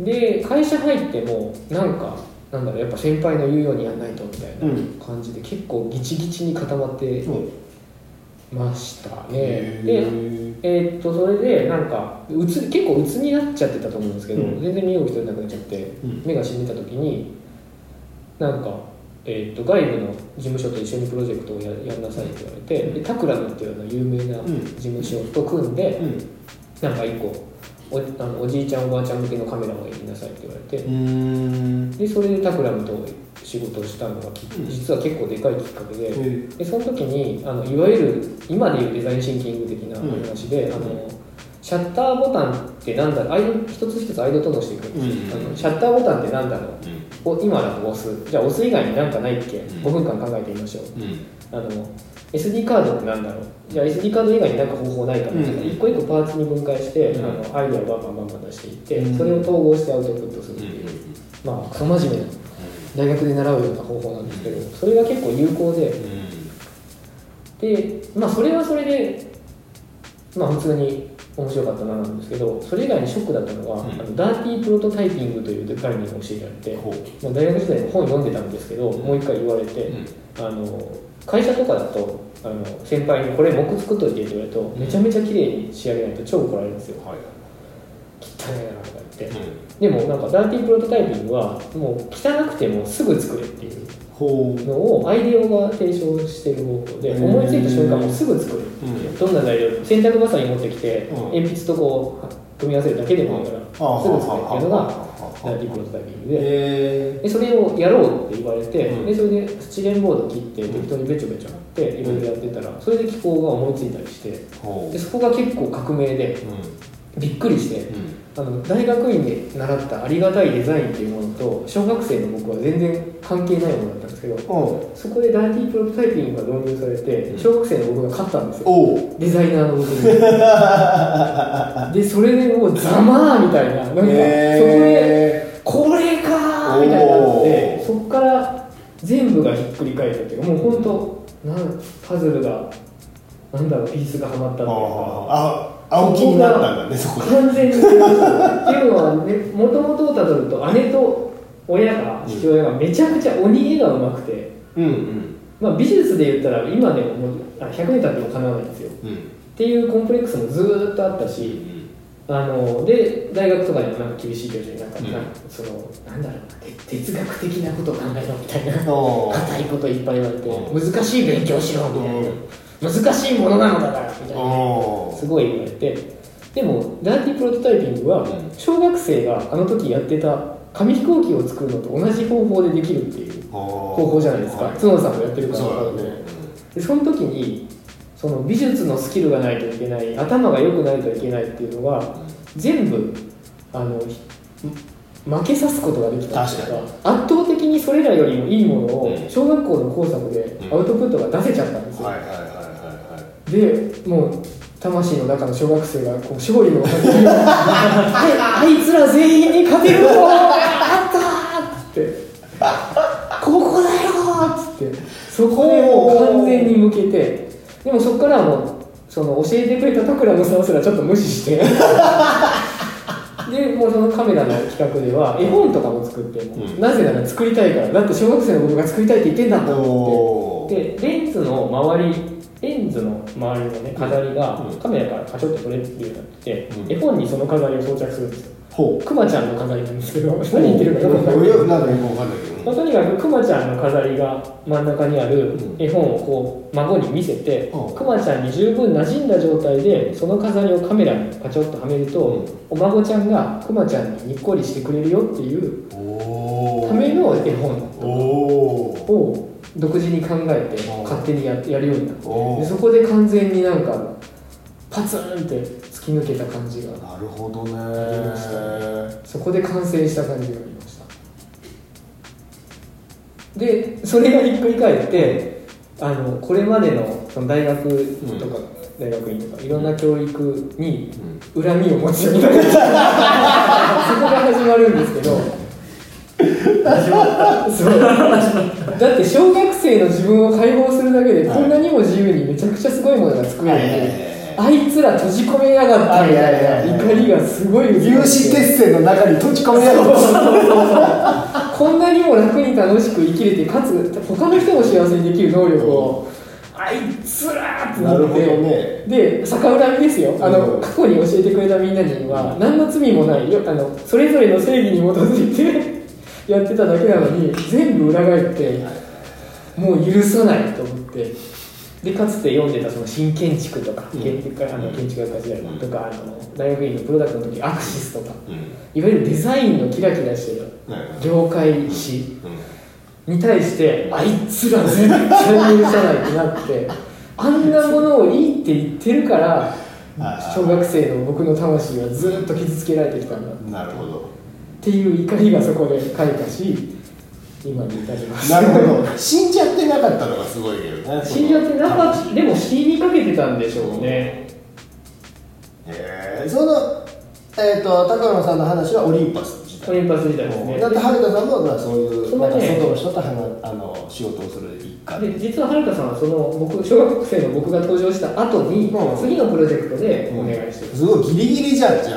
で会社入ってもなんかなんだろう、やっぱ先輩の言うようにやらないとみたいな感じで、結構ギチギチに固まってましたね。でえー、っとそれでなんかうつ結構うつになっちゃってたと思うんですけど、うん、全然身動き取れなくなっちゃって、うん、目が死んでた時になんか、えー、っと外部の事務所と一緒にプロジェクトを や, やんなさいって言われて、うん、でタクラムっていうのは有名な事務所と組んで、うん、なんか一個 お, あのおじいちゃんおばあちゃん向けのカメラをやりなさいって言われて、うーんでそれでタクラムと仕事をしたのが実は結構でかいきっかけで、うん、でその時にあのいわゆる今でいうデザインシンキング的な話で、うん、あのシャッターボタンってなんだろう、一つ一つ間とのしていくんですよ、うん、あのシャッターボタンってなんだろう、うん、今だと押す、じゃあ押す以外に何かないっけ、うん、ごふんかん考えてみましょう、うん、あの エスディー カードってなんだろう、じゃあ エスディー カード以外に何か方法ないかな、うん、一個一個パーツに分解して、うん、あのアイデアをバンバンバンバン出していって、うん、それを統合してアウトプットするっていう、うん、まあクソ真面目な大学で習うような方法なんですけど、それが結構有効で、うん、でまあそれはそれでまあ普通に面白かったななんですけど、それ以外にショックだったのは、うん、あのダーティープロトタイピングという概念を教えられて、まあ、大学時代に本読んでたんですけど、うん、もう一回言われて、うん、あの会社とかだとあの先輩にこれ木作っといてって言われると、うん、めちゃめちゃ綺麗に仕上げないと超怒られるんですよ、はい、汚いなとか言って、うん、でもなんかダーティープロトタイピングはもう汚くてもすぐ作れっていうのをアイデオが提唱している方法で、思いついた瞬間もうすぐ作れる、うん、どんな材料洗濯バサミ持ってきて、うん、鉛筆とこう組み合わせるだけでもいいから、うん、すぐ作れるっていうのがダーティープロトタイピング で, でそれをやろうって言われて、うん、でそれでスチレンボード切って適当にべちょべちょやっていろいろやってたら、それで機構が思いついたりして、でそこが結構革命で、うん、びっくりして、うんあの大学院で習ったありがたいデザインっていうものと小学生の僕は全然関係ないものだったんですけど、そこでダーティープロトタイピングが導入されて小学生の僕が勝ったんですよ、デザイナーの僕にでそれでもうざまーみたいな、なんかそこでこれかーみたいになって、そこから全部がひっくり返ったっていうか、もう本当なんパズルがなんだろうピースがはまったっていうか、あ青木になったんだね、そこで完全にっていうのはね、もともとをたどると姉と親が父親がめちゃくちゃ鬼絵がうまくて、 うんうん、 まあ、美術で言ったら今でももうひゃくねん経ってもかなわないんですよ、うん、っていうコンプレックスもずーっとあったし、うん、あので大学とかでもなんか厳しい教授になんか、うん、そのなんだろうな哲学的なことを考えろみたいな硬いこといっぱい言われて、うん、難しい勉強しろみたいな、うん、難しいものなのだからみたいなすごい言われて、でもダーティープロトタイピングは小学生があの時やってた紙飛行機を作るのと同じ方法でできるっていう方法じゃないですか。角田さんもやってるから分かるんで、でその時にその美術のスキルがないといけない、頭が良くないといけないっていうのが全部あの負けさすことができたっていうか、圧倒的にそれらよりもいいものを小学校の工作でアウトプットが出せちゃったんですよ。でもう魂の中の小学生がこう勝利を始めるあいつら全員に勝てるぞーあったーってここだよーっつってそこでもう完全に向けて、でもそこからはもうその教えてくれたタクラムさんすらちょっと無視してでもうそのカメラの企画では絵本とかも作って、うん、なぜなら作りたいから、だって小学生の僕が作りたいって言ってんだと思って、でレンズの周りレンズの周りの、ね、飾りがカメラからカチョッと撮れるようになってて、うん、絵本にその飾りを装着するんですよ。クマちゃんの飾りなんですけど、何言ってるかよく分かんないけど、なんかよく分かんないけど、まあ、とにかくクマちゃんの飾りが真ん中にある絵本をこう孫に見せて、うん、クマちゃんに十分馴染んだ状態でその飾りをカメラにパチョッとはめると、うん、お孫ちゃんがクマちゃんににっこりしてくれるよっていうための絵本を独自に考えて勝手に や, やるようになって、でそこで完全になんかパツンって突き抜けた感じがなるほどねありましたね。そこで完成した感じがありました。でそれがひっくり返ってあのこれまで の, その大学とか、うん、大学院とかいろんな教育に恨みを持つようになって、うん、そこが始まるんですけど始まったそうだって小学生の自分を解放するだけでこんなにも自由にめちゃくちゃすごいものが作れるので、あいつら閉じ込めやがったみたいな怒りがすごい有刺鉄線の中に閉じ込めやがったこんなにも楽に楽しく生きれて、かつ他の人も幸せにできる能力をあいつらってなって、ね、で逆恨みですよ。あの過去に教えてくれたみんなには何の罪もないよ、あのそれぞれの正義に基づいてやってただけなのに全部裏返ってもう許さないと思って、でかつて読んでたその新建築とか、うん、建築あの建築学科時代とか、うん、あの大学院のプロダクトの時アクシスとか、うん、いわゆるデザインのキラキラしてる業界誌に対してあいつら絶対許さないってなってあんなものをいいって言ってるから小学生の僕の魂はずっと傷つけられてきたんだ。 なるほどっていう怒りがそこで開花し今に至ります。 なるほど死んじゃってなかったのがすごいけどね。 死んじゃってなかった、でも死にかけてたんでしょうね。 へえ。そのえっ、ー、と高野さんの話はオリンパス時代。 オリンパス時代ですね。 だって春田さんもまあそういうその、ね、なんか外の人とあの仕事をする一環で、実は春田さんはその僕小学生の僕が登場した後に、うん、次のプロジェクトでお願いしてる、うん、 すごいギリギリじゃんじゃん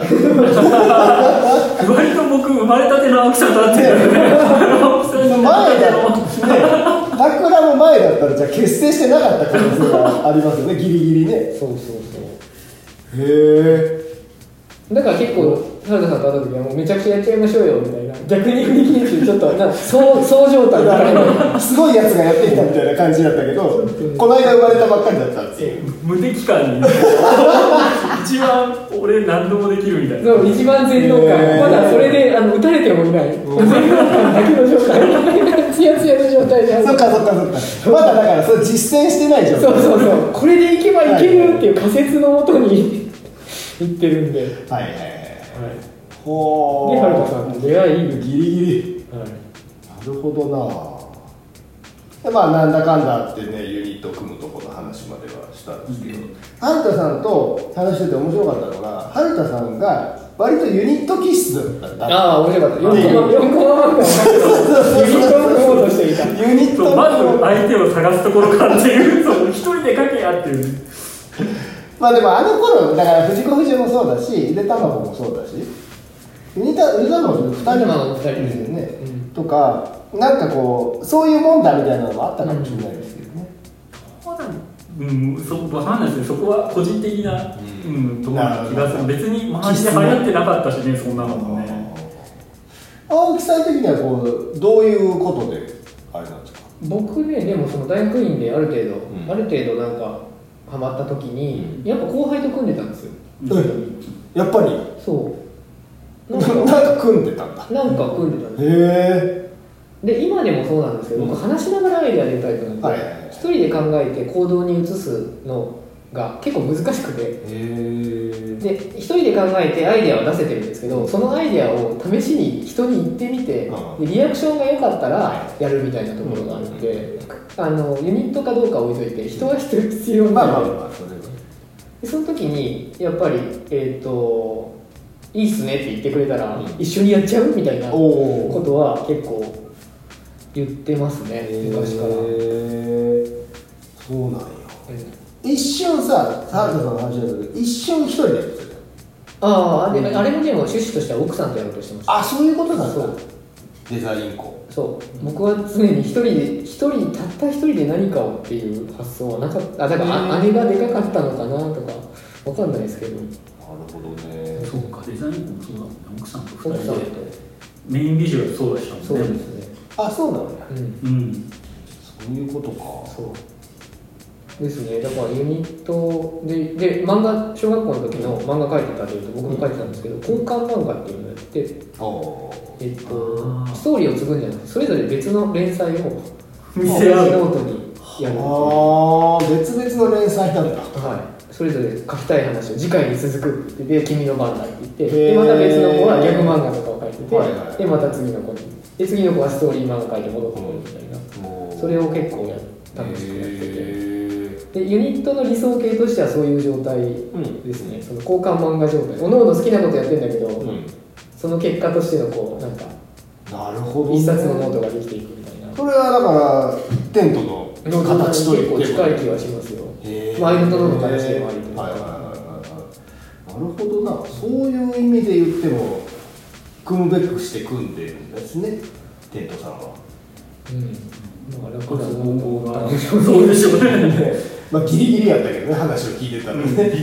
割と僕生まれたての青木さんと会ってる前だろ桜も前だったらじゃあ結成してなかった可能性がありますよねギリギリね。 そうそうそう。 へえ。 だから結構原田さんと会った時はもうめちゃくちゃやっちゃいましょうよみたいな、逆に振り切ってちょっとなんかそうそう状態だすごいやつがやってきたみたいな感じだったけどこの間生まれたばっかりだったっていう無敵感に一番俺何度もできるみたいな。 そう一番全能感、まだそれであの打たれてもいない全能感だけの状態ツヤツヤの状態である。 そっかそっかそっかまだだからそれ実践してない状態。 そうそうそう、これでいけばいけるっていう仮説のもとに言ってるんで、 はいはいはい、はい、 ほーで春田さんと出会いギリギリ、 はい、 なるほどな。でまあなんだかんだあってねユニット組むところの話まではしたんですけど、うん、春田さんと話してて面白かったのが春田さんが割とユニット気質だった。 ああ面白かった。よんコマ漫画をユニットを組もうとしていた。 ユニットまず相手を探すところからっていうそう一人で書けやっていうまあでもあの頃だから藤子不二雄もそうだしゆでたまごもそうだしユニタユニタまごふたりのふたりですよね、 うん、とかなんかこうそういうもんだみたいなのもあったかもしれないですけどね。 うん、そこわかんないですよ。そこは個人的な、うん、ところな気がする。別に周りで流行ってなかったしね、そんなのもね。 青木さん的にはこうどういうことであれなんですか？ 僕ね、でもその大学院である程度、 うん、 ある程度なんかハマった時に、やっぱ後輩と組んでたんですよ。 うん、やっぱりそうなんかなんか組んでたんだ。 なんか組んでたんですよ。 へー。 で今でもそうなんですけど、僕話しながらアイデア出るタイプなんで、はいはいはい、一人で考えて行動に移すのが結構難しくて、へで一人で考えてアイデアは出せてるんですけど、そのアイデアを試しに人に言ってみて、でリアクションが良かったらやるみたいなところがあるんで、あのユニットかどうか置いといて人は必要なんで、まあまあまあそれはでその時にやっぱりえっといいっすねって言ってくれたら、うん、一緒にやっちゃうみたいなことは結構言ってますね、昔から。 そうなんや、うん、一瞬さ、サードさんの話だけど、一瞬一人でやってた。ああ、で、うん、あれもでも趣旨としては奥さんとやろうとしてました。 あ、そういうことなんだ。デザインコ。 そう、僕は常に一人で、一人、たった一人で何かをっていう発想はなかった。あ、だから姉がでかかったのかなとか、わかんないですけど。なるほどね。 そうか、デザインコもそうだもんね。奥さんと二人で。メインビジュアルそうでしたもんね。 そうですね。 あ、そうなんだ、 うん、うん、 そういうことか。 そうですね。だからユニットで、で漫画、小学校の時の漫画描いてたというと僕も描いてたんですけど、交換漫画っていうのをやって、えっと、ストーリーを継ぐんじゃなくてそれぞれ別の連載を見せ合うノートにやる。 ああ、別々の連載なんだ。 はい。それぞれ書きたい話を次回に続くってで君の番だって言って、でまた別の子はギャグ漫画とかを書いてて、はいはい、でまた次の子にで次の子はストーリー漫画書いて戻ってくるみたいな、それを結構や楽しくやってて、でユニットの理想形としてはそういう状態ですね、うん、その交換漫画状態、おのおの好きなことやってんだけど、うん、その結果としてのこうなんかなるほど、ね、 一冊のノートができていくみたいな。 それはだからテントの形と結構近い気はしますよ。まあ、アイドントノーの形でもありというか、はいはいはいはい、 なるほどな。そういう意味で言っても組むべくして組んでるんですね、テントさんは。 うん、まあ楽だと思うな。 そうでしょうね。 まあギリギリやったけどね、話を聞いてたらね。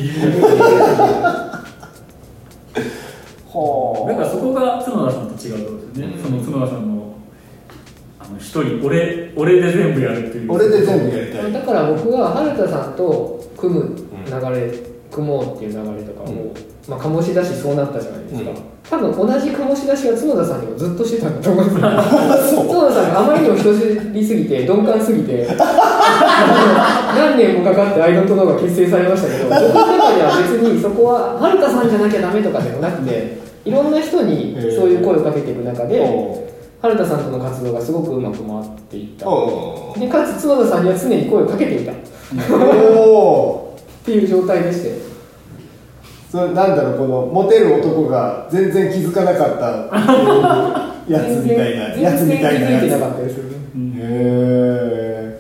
はあ。だからそこが角田さんと違うところですよね。うん、その角田さんの一人俺俺で全部やるっていう。 俺で全部やりたい。 だから僕は春田さんと組む流れ、うん、組もうっていう流れとかを、うん、まあ醸し出しそうなったじゃないですか。うん、多分同じ醸し出しは角田さんにもずっとしてたんだと思うんですよ。角田さんがあまりにも人知りすぎて鈍感すぎて何年もかかってアイドントノーが結成されましたけど、僕の中では別にそこは春田さんじゃなきゃダメとかでもなくて、いろんな人にそういう声をかけていく中で。春田さんとの活動がすごくうまく回っていったで、かつ角田さんには常に声をかけていたっていう状態でして、 それなんだろう、このモテる男が全然気づかなかったやつみたいなやつみたいなやつ。全然気づいてなかったですよね。へえ。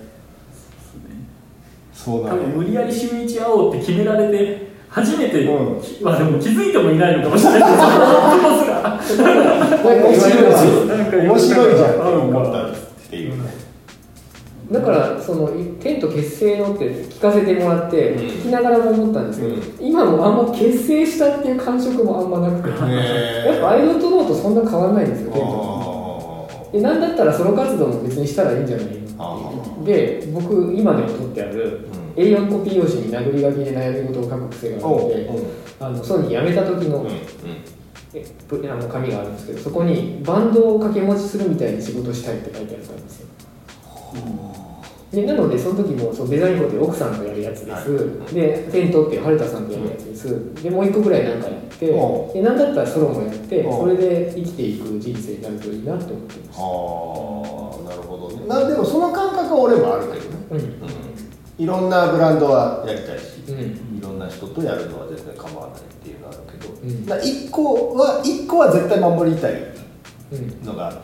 そうなんだ。 多分無理やり週一会おうって決められて初めて、うん、まあでも気づいてもいないのかもしれないけど、そのすらなんか面白い面白いじゃんって思ったっていうね。 だからそのテント結成のって聞かせてもらって、うん、聞きながらも思ったんですけど、うん、今もあんま結成したっていう感触もあんまなくて、やっぱアイドントノーとそんな変わらないんですよ、テントで。なんだったらソロ活動も別にしたらいいんじゃないので、僕今でも取ってある、うん、エーよん コピー用紙に殴り書きで悩み事を書く癖があるので、あのソニー辞めた時の、うんうん、えあの紙があるんですけど、そこにバンドを掛け持ちするみたいに仕事したいって書いてあったんですよ。でなのでその時もそうデザインコって奥さんとやるやつです、はい、でテントっていう春田さんとやるやつです、うん、でもう一個ぐらいなんかやってでなんだったらソロもやってそれで生きていく人生になるといいなって思ってました。 ああ、なるほどね。なでもその感覚は俺もあるけどね、うんうん、いろんなブランドはやりたいし、うん、いろんな人とやるのは全然構わないっていうのはあるけど、うん、だいっこは一個は絶対守りたいのがあって、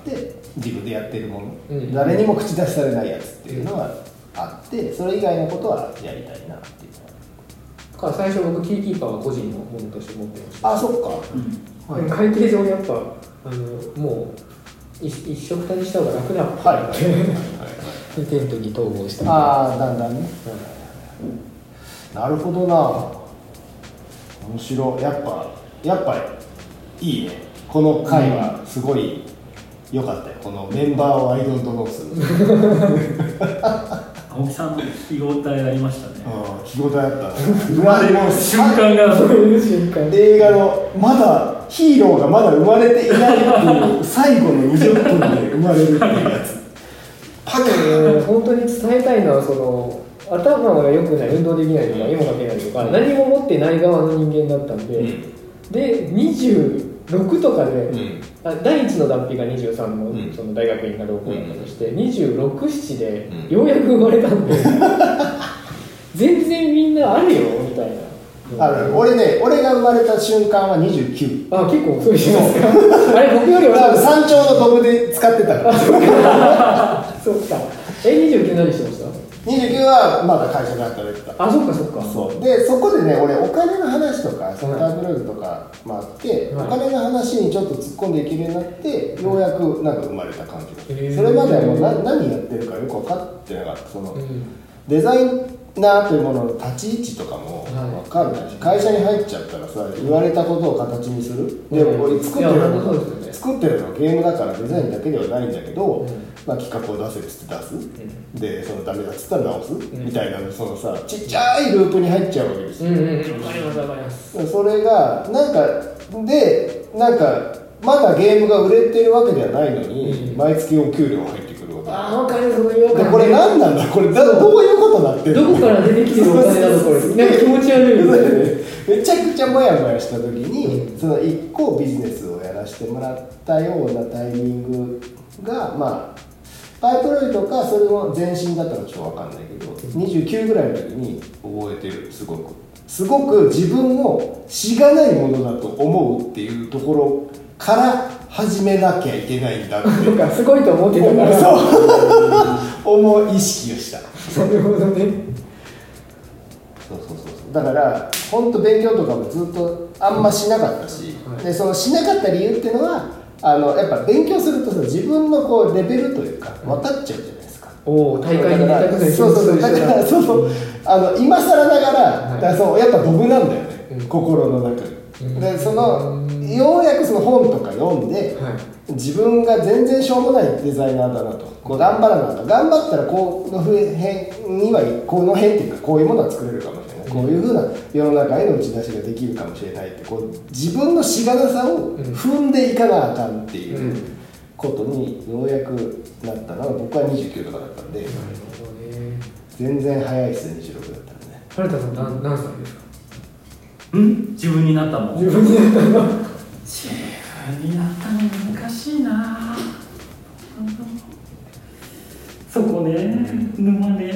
自分でやってるもの、うん、誰にも口出しされないやつっていうのはあって、それ以外のことはやりたいなっていうのは。 だから最初僕キーキーパーは個人のものとして持ってました。 あ、そっか、 うん、はい、会計上やっぱあのもう一緒くたにした方が楽だって、 はいはいはいはいでテントに統合した。 ああだんだんね、うん、なるほどな、面白い。やっぱやっぱいいね、この回はすごい良かったよ、このメンバーをアイドントノーする青木さんの聞き応えありましたね。 ああ聞き応えあった生まれる瞬間がそういう瞬間、 映画のまだヒーローがまだ生まれていないっていう最後のにじゅっぷんで生まれるっていうやつパカーン本当に伝えたいのは、その頭が良くない、運動できないとか絵も描けないとか、うん、何も持ってない側の人間だったんで、うん、でにじゅうろくとかで、うん、あ第一の脱皮がにじゅうさん の,、うん、その大学院が同校だったとして、うん、にじゅうろく、ななでようやく生まれたんで、うん、全然みんなあるよみたいな。 ある俺ね、俺が生まれた瞬間はにじゅうきゅう。 あ、結構遅いじゃないですかあれ僕よりは山頂のドブで使ってたからそっかえ、にじゅうきゅう何してました？ にじゅうきゅうはまだ会社で働いてた。 あ、そっかそっか。 そうで、そこでね、俺お金の話とかサッカーブログとかもあって、はい、お金の話にちょっと突っ込んでいけるようになって、ようやくなんか生まれた感じが、それまではもう何、何やってるかよく分かってなかった。その、うん、デザイナーというものの立ち位置とかも分かんないし、はい、会社に入っちゃったらさ、言われたことを形にする、うん、でも俺作ってるの、ね、作ってるのはゲームだからデザインだけではないんだけど、うん、まあ、企画を出せっつって出す、うん、でそのダメだっつったら直す、うん、みたいな、そのさちっちゃいループに入っちゃうわけですよ。 うんうん、分かります分かります。 それがなんかでなんかまだゲームが売れてるわけではないのに、うん、毎月お給料入ってくるわけ。 ああ、分かる、その違和感。 これ何なんだこれ、だどういうことになってるの、 どこから出てきてるお金なのこれなんか気持ち悪いみたいなめちゃくちゃモヤモヤした時に、うん、その一個ビジネスをやらせてもらったようなタイミングが、まあパイプロイとかそれの前身だったらちょっと分かんないけど、にじゅうきゅうぐらいの時に覚えてる。すごくすごく自分をしがないものだと思うっていうところから始めなきゃいけないんだってすごいと思ってたからそう思う意識をした。 なるほどね。 そうそうそうそう、だから本当勉強とかもずっとあんましなかったし、はい、でそのしなかった理由っていうのはあのやっぱ勉強するとさ、自分のこうレベルというか分かっちゃうじゃないですか。 おお、大会に出たくない。 そうそうそう、だからそうそう、あの今更ながら、はい、だからそうやっぱドブなんだよね、うん、心の中に。でそのようやくその本とか読んで、はい、自分が全然しょうもないデザイナーだなと、こう頑張らなと、頑張ったらこの辺にはこの辺っていうかこういうものは作れるかもしれない、うん、こういうふうな世の中への打ち出しができるかもしれないって、こう自分のしがなさを踏んでいかなあかんっていうことにようやくなったのが、僕はにじゅうきゅうとかだったんで、なるほどね、全然早いですね。にじゅうろくだったんでね。 原田さん何, 何歳ですか？ ん？自分になったの？ 自分になったの自分になったの難しいな。そこね、うん、沼ね。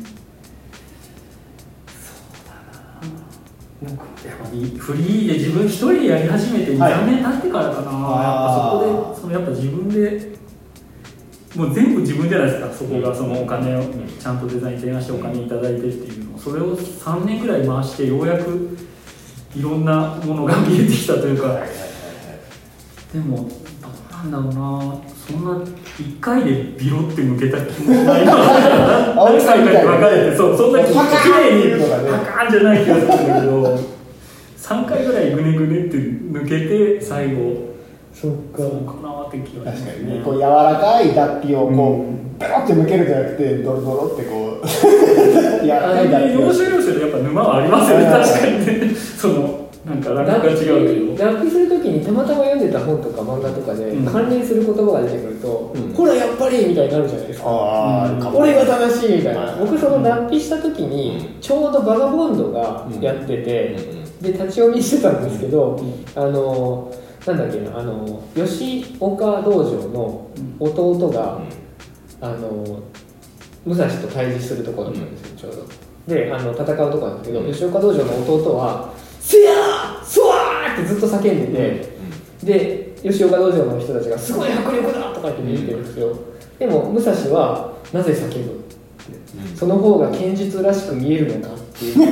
そうだな。僕やっぱりフリーで自分一人でやり始めてに、さんねん経ってからかな、はい、やっぱそこでそのやっぱ自分でもう全部自分じゃないですか。そこがそのお金をちゃんとデザイン提案してお金いただいてっていうのを、それをさんねんぐらい回してようやくいろんなものが見えてきたというか、でもどうなんだろうな、そんないっかいでビロって抜けた気もないな何回かに分かれて、そうそんなきれいにパカーンじゃない気がするんだけどさんかいぐらいグネグネって抜けて最後そっか、 そうかなって気がしますね。 確かにね、こう柔らかい脱皮をこうベロって抜けるじゃなくて、ドロドロってこうやらかい脱皮要所要所でやっぱ沼はありますよね。確かにねそのなんかラップが違うけど、 ラップするときにたまたま読んでた本とか漫画とかで関連する言葉が出てくると、うん、ほらやっぱりみたいになるじゃないですか。あ、うん、俺が正しいみたいな。僕その脱皮したときにちょうどバガボンドがやってて、で立ち読みしてたんですけど、あのなんだっけな、あの吉岡道場の弟が、うん、あの武蔵と対峙するところだったんですよ、ちょうど。であの戦うところなんですけど、うん、吉岡道場の弟はせやーそわーってずっと叫んでて、うん、で吉岡道場の人たちがすごい迫力だとかって言ってるんですよ、うん、でも武蔵はなぜ叫ぶ、うん、その方が剣術らしく見えるのかっていう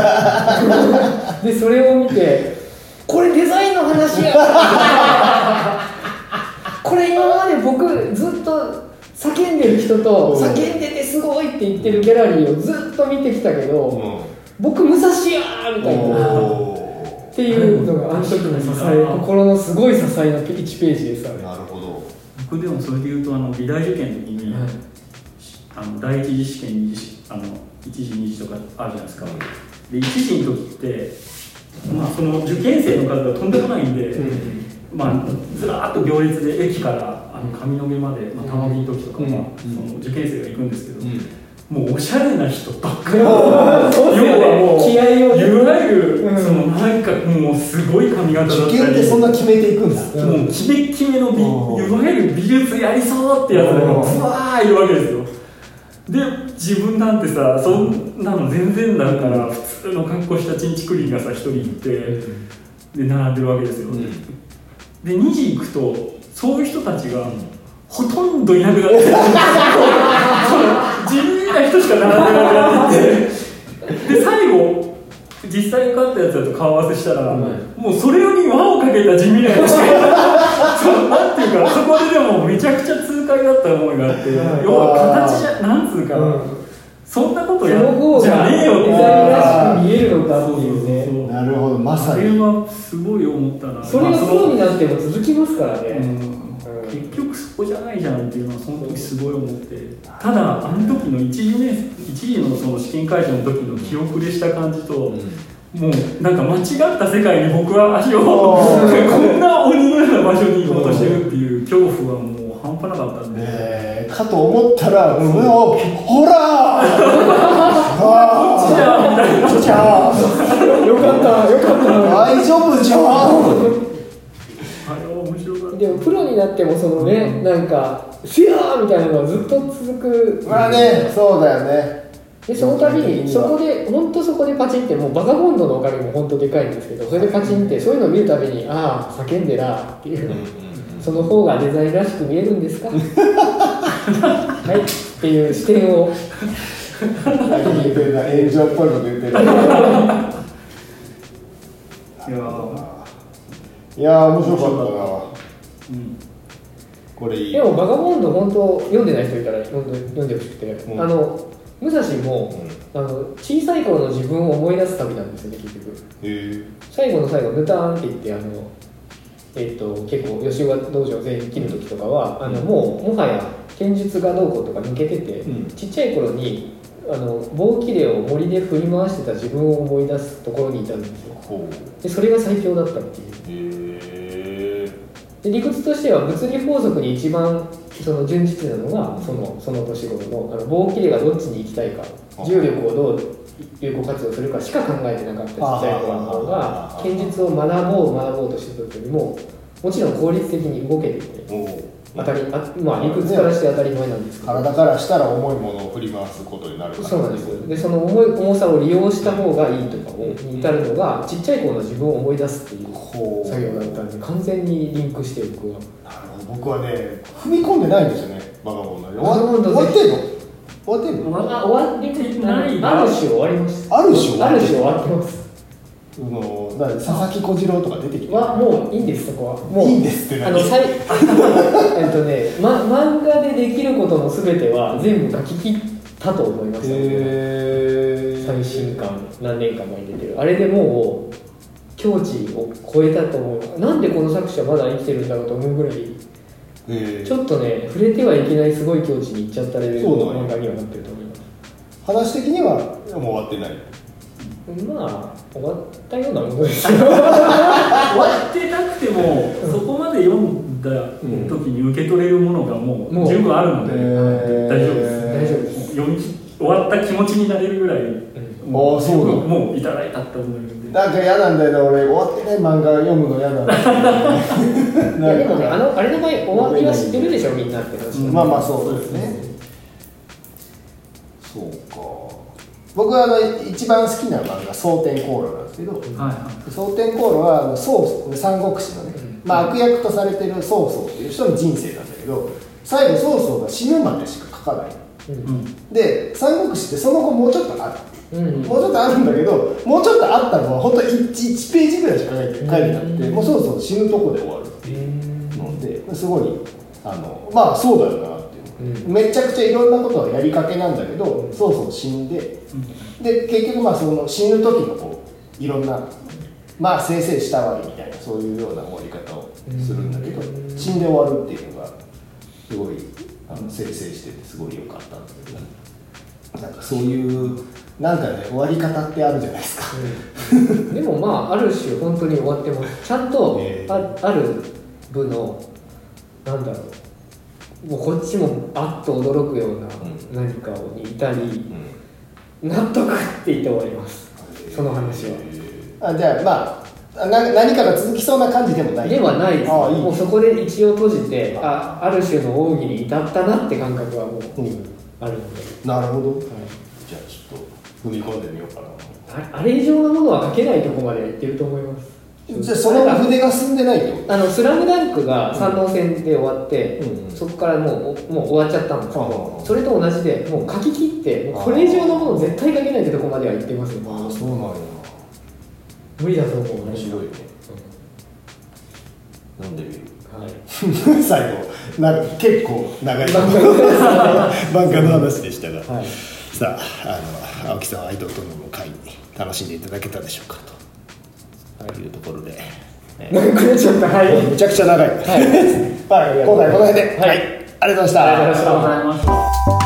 でそれを見てこれデザインの話やこれ今まで僕ずっと叫んでる人と叫んでてすごいって言ってるギャラリーをずっと見てきたけど、うん、僕武蔵やーみたいなっていうのがあの時の支え、心のすごい支えのいちページです。 なるほど。 僕でもそれで言うとあの美大受験の時に、はい、あの第一次試験に次あのいち次に次とかあるじゃないですか。でいち次の時って、まあ、その受験生の数がとんでもないんで、うん、まあ、ずらーっと行列で駅からあの上野毛まで、まあ、玉木の時とかは、うん、その受験生が行くんですけど、うん、もうおしゃれな人ばっかり、要はもう気合をいわゆる、うん、そのなんかもうすごい髪型だったり、 受験ってそんな決めていくんだ、 もうキメキメの美、いわゆる美術やりそうってやつがブワーいるわけですよ。で自分なんてさ、そんなの全然だから普通の格好したチンチクリンがさ一人いて、で並んでるわけですよ、うん、でに次行くとそういう人たちがほとんどいなくなって地味な人しか並んでなくなってて、で最後実際に勝ったやつだと顔合わせしたら、うん、もうそれより輪をかけた地味なやつがそうなんていうか、そこででもめちゃくちゃ痛快だった思いがあって、要は形じゃなんつうか、うん、そんなことやるじゃねえよってデザインらしく見えるのかっていうね。 そうそうそう、なるほど、まさにあれはすごい思ったな。 それがプロになっても続きますからね、うんうん、結局そこじゃないじゃんっていうのはその時すごい思って、ただあの時のいち次ねいち次のその試験会場の時の気遅れした感じと、うん、もうなんか間違った世界に僕は足をこんな鬼のような場所に行こうとしてるっていう恐怖はもう半端なかったんで、 えー、かと思ったら、うん、ほらーこっちじゃんみたいな、 こっちじゃんよかったよかった大丈夫じゃんあれは面白かった。 でもプロになってもそのね、うん、なんかフィアーみたいなのがずっと続く。 まあね、そうだよね。 でその度にそこで本当そこでパチンって、もうバカボンドのおかげも本当でかいんですけど、それでパチンってそういうのを見るたびに、ああ叫んでなっていう、うんうんうん、その方がデザインらしく見えるんですかはいっていう視点を何言ってるな、炎上っぽいこと言ってるいやいや面白かったな、うん、これいい。 でもバカボンド本当読んでない人いたら読んで読んでほしくて、うん、あの武蔵も、うん、あの小さい頃の自分を思い出す旅なんですよね結局。へ最後の最後ヌターンって言って、あの、えー、と結構吉岡道場全員切る時とかは、うん、あのもうもはや剣術がどうこうとか抜けてて、うん、ちっちゃい頃にあの棒切れを森で振り回してた自分を思い出すところにいたんですよ。でそれが最強だったっていう。へで理屈としては物理法則に一番その準実なのがそのその年頃の、あの棒切れがどっちに行きたいか、重力をどう有効活用するかしか考えてなかったちっちゃい頃の方が剣術を学ぼう学ぼうとしてた時よりももちろん効率的に動けていて、当たりあ、まあ、理屈からして当たり前なんですけど、 体からしたら重いものを振り回すことになるから。 そうなんですよ。でその重い重さを利用した方がいいとかに至るのが、ちっちゃい頃の自分を思い出すっていう作業だったんで、完全にリンクして僕は。 なるほど。僕はね踏み込んでないんですよね、バカボンドで。終わってんの？終わってんの？ 終わってない。ある種終わりました。 ある種ある種終わってます。 の佐々木小次郎とか出てきてはもういいんです。そこはもういいんですって。 あのさいえっとね、ま、漫画でできることの全ては全部書き切ったと思いました、ね、最新刊何年か前に出てるあれでもう境地を超えたと思う。なんでこの作者まだ生きてるんだろうと思うぐらい、ちょっとね触れてはいけないすごい境地に行っちゃったレベルの漫画にはなってると思います。 話的にはもう終わってない。 まあ終わったようなものですよ。終わってなくても、うん、そこまで読んだ時に受け取れるものがもう十分あるので、大丈夫です。大丈夫です。読み終わった気持ちになれるぐらい、うん、もうそうだ。もういただいたって思うんで。 なんか嫌なんだよね、俺終わってない漫画読むの嫌なんだよ。 いやでもね、あのあれの場合終わりは知ってるでしょみんなって話、 うん。まあまあそうですね。そうか。僕はあの一番好きな漫画蒼天航路なんですけど、はいはい、蒼天航路はあの曹操、三国志のね、うん、まあ、悪役とされてる曹操っていう人の人生なんだけど、最後曹操が死ぬまでしか書かない、うん、で三国志ってその後もうちょっとある、うん、もうちょっとあるんだけど、もうちょっとあったのは本当 1, いちページぐらいしか書いてなくて、うん、もうそろそろ死ぬとこで終わるっていうので、 てすごいあのまあそうだよなっていう、うん、めちゃくちゃいろんなことはやりかけなんだけど、うん、そうそう死んで、うん、で結局まあその死ぬ時のこういろんなまあせいせいしたわいみたいなそういうような終わり方をするんだけど、うん、死んで終わるっていうのがすごいあのせいせいしててすごい良かったんだけど、ね、なんかそういうなんかね終わり方ってあるじゃないですか、 うん、でもまあある種本当に終わってもちゃんと あ, ある部のなんだろうもうこっちもあっと驚くような何かにいたり、うん、納得って言って終わりますその話は。 あじゃあまあな何かが続きそうな感じでもないではないです。ああいいもうそこで一応閉じて あ, ある種の奥義に至ったなって感覚はもうあるので、 うん、なるほど、はい、じゃあちょっと踏み込んでみようかな。 あ, あれ以上のものは書けないとこまでいってると思います。 じゃあその筆が進んでないってこと？ あのスラムダンクが三能戦で終わって、うん、そこからもうもう終わっちゃったんですけど、うん、それと同じでもう書き切ってもうこれ以上のもの絶対書けないってとこまでは言ってますよ。 ああそうなんや。 無理だと思う。 面白いね、うん、飲んでみる、 はい、 最後なんか結構長い漫画の話でしたが、はい、さあ、あの青木さんはアイドルとの会に楽しんでいただけたでしょうかというところで、 ね、ちょっとはい、 めちゃくちゃ長い、はい、はい、今回この辺で、はい、はい、ありがとうございました。 ありがとうございました。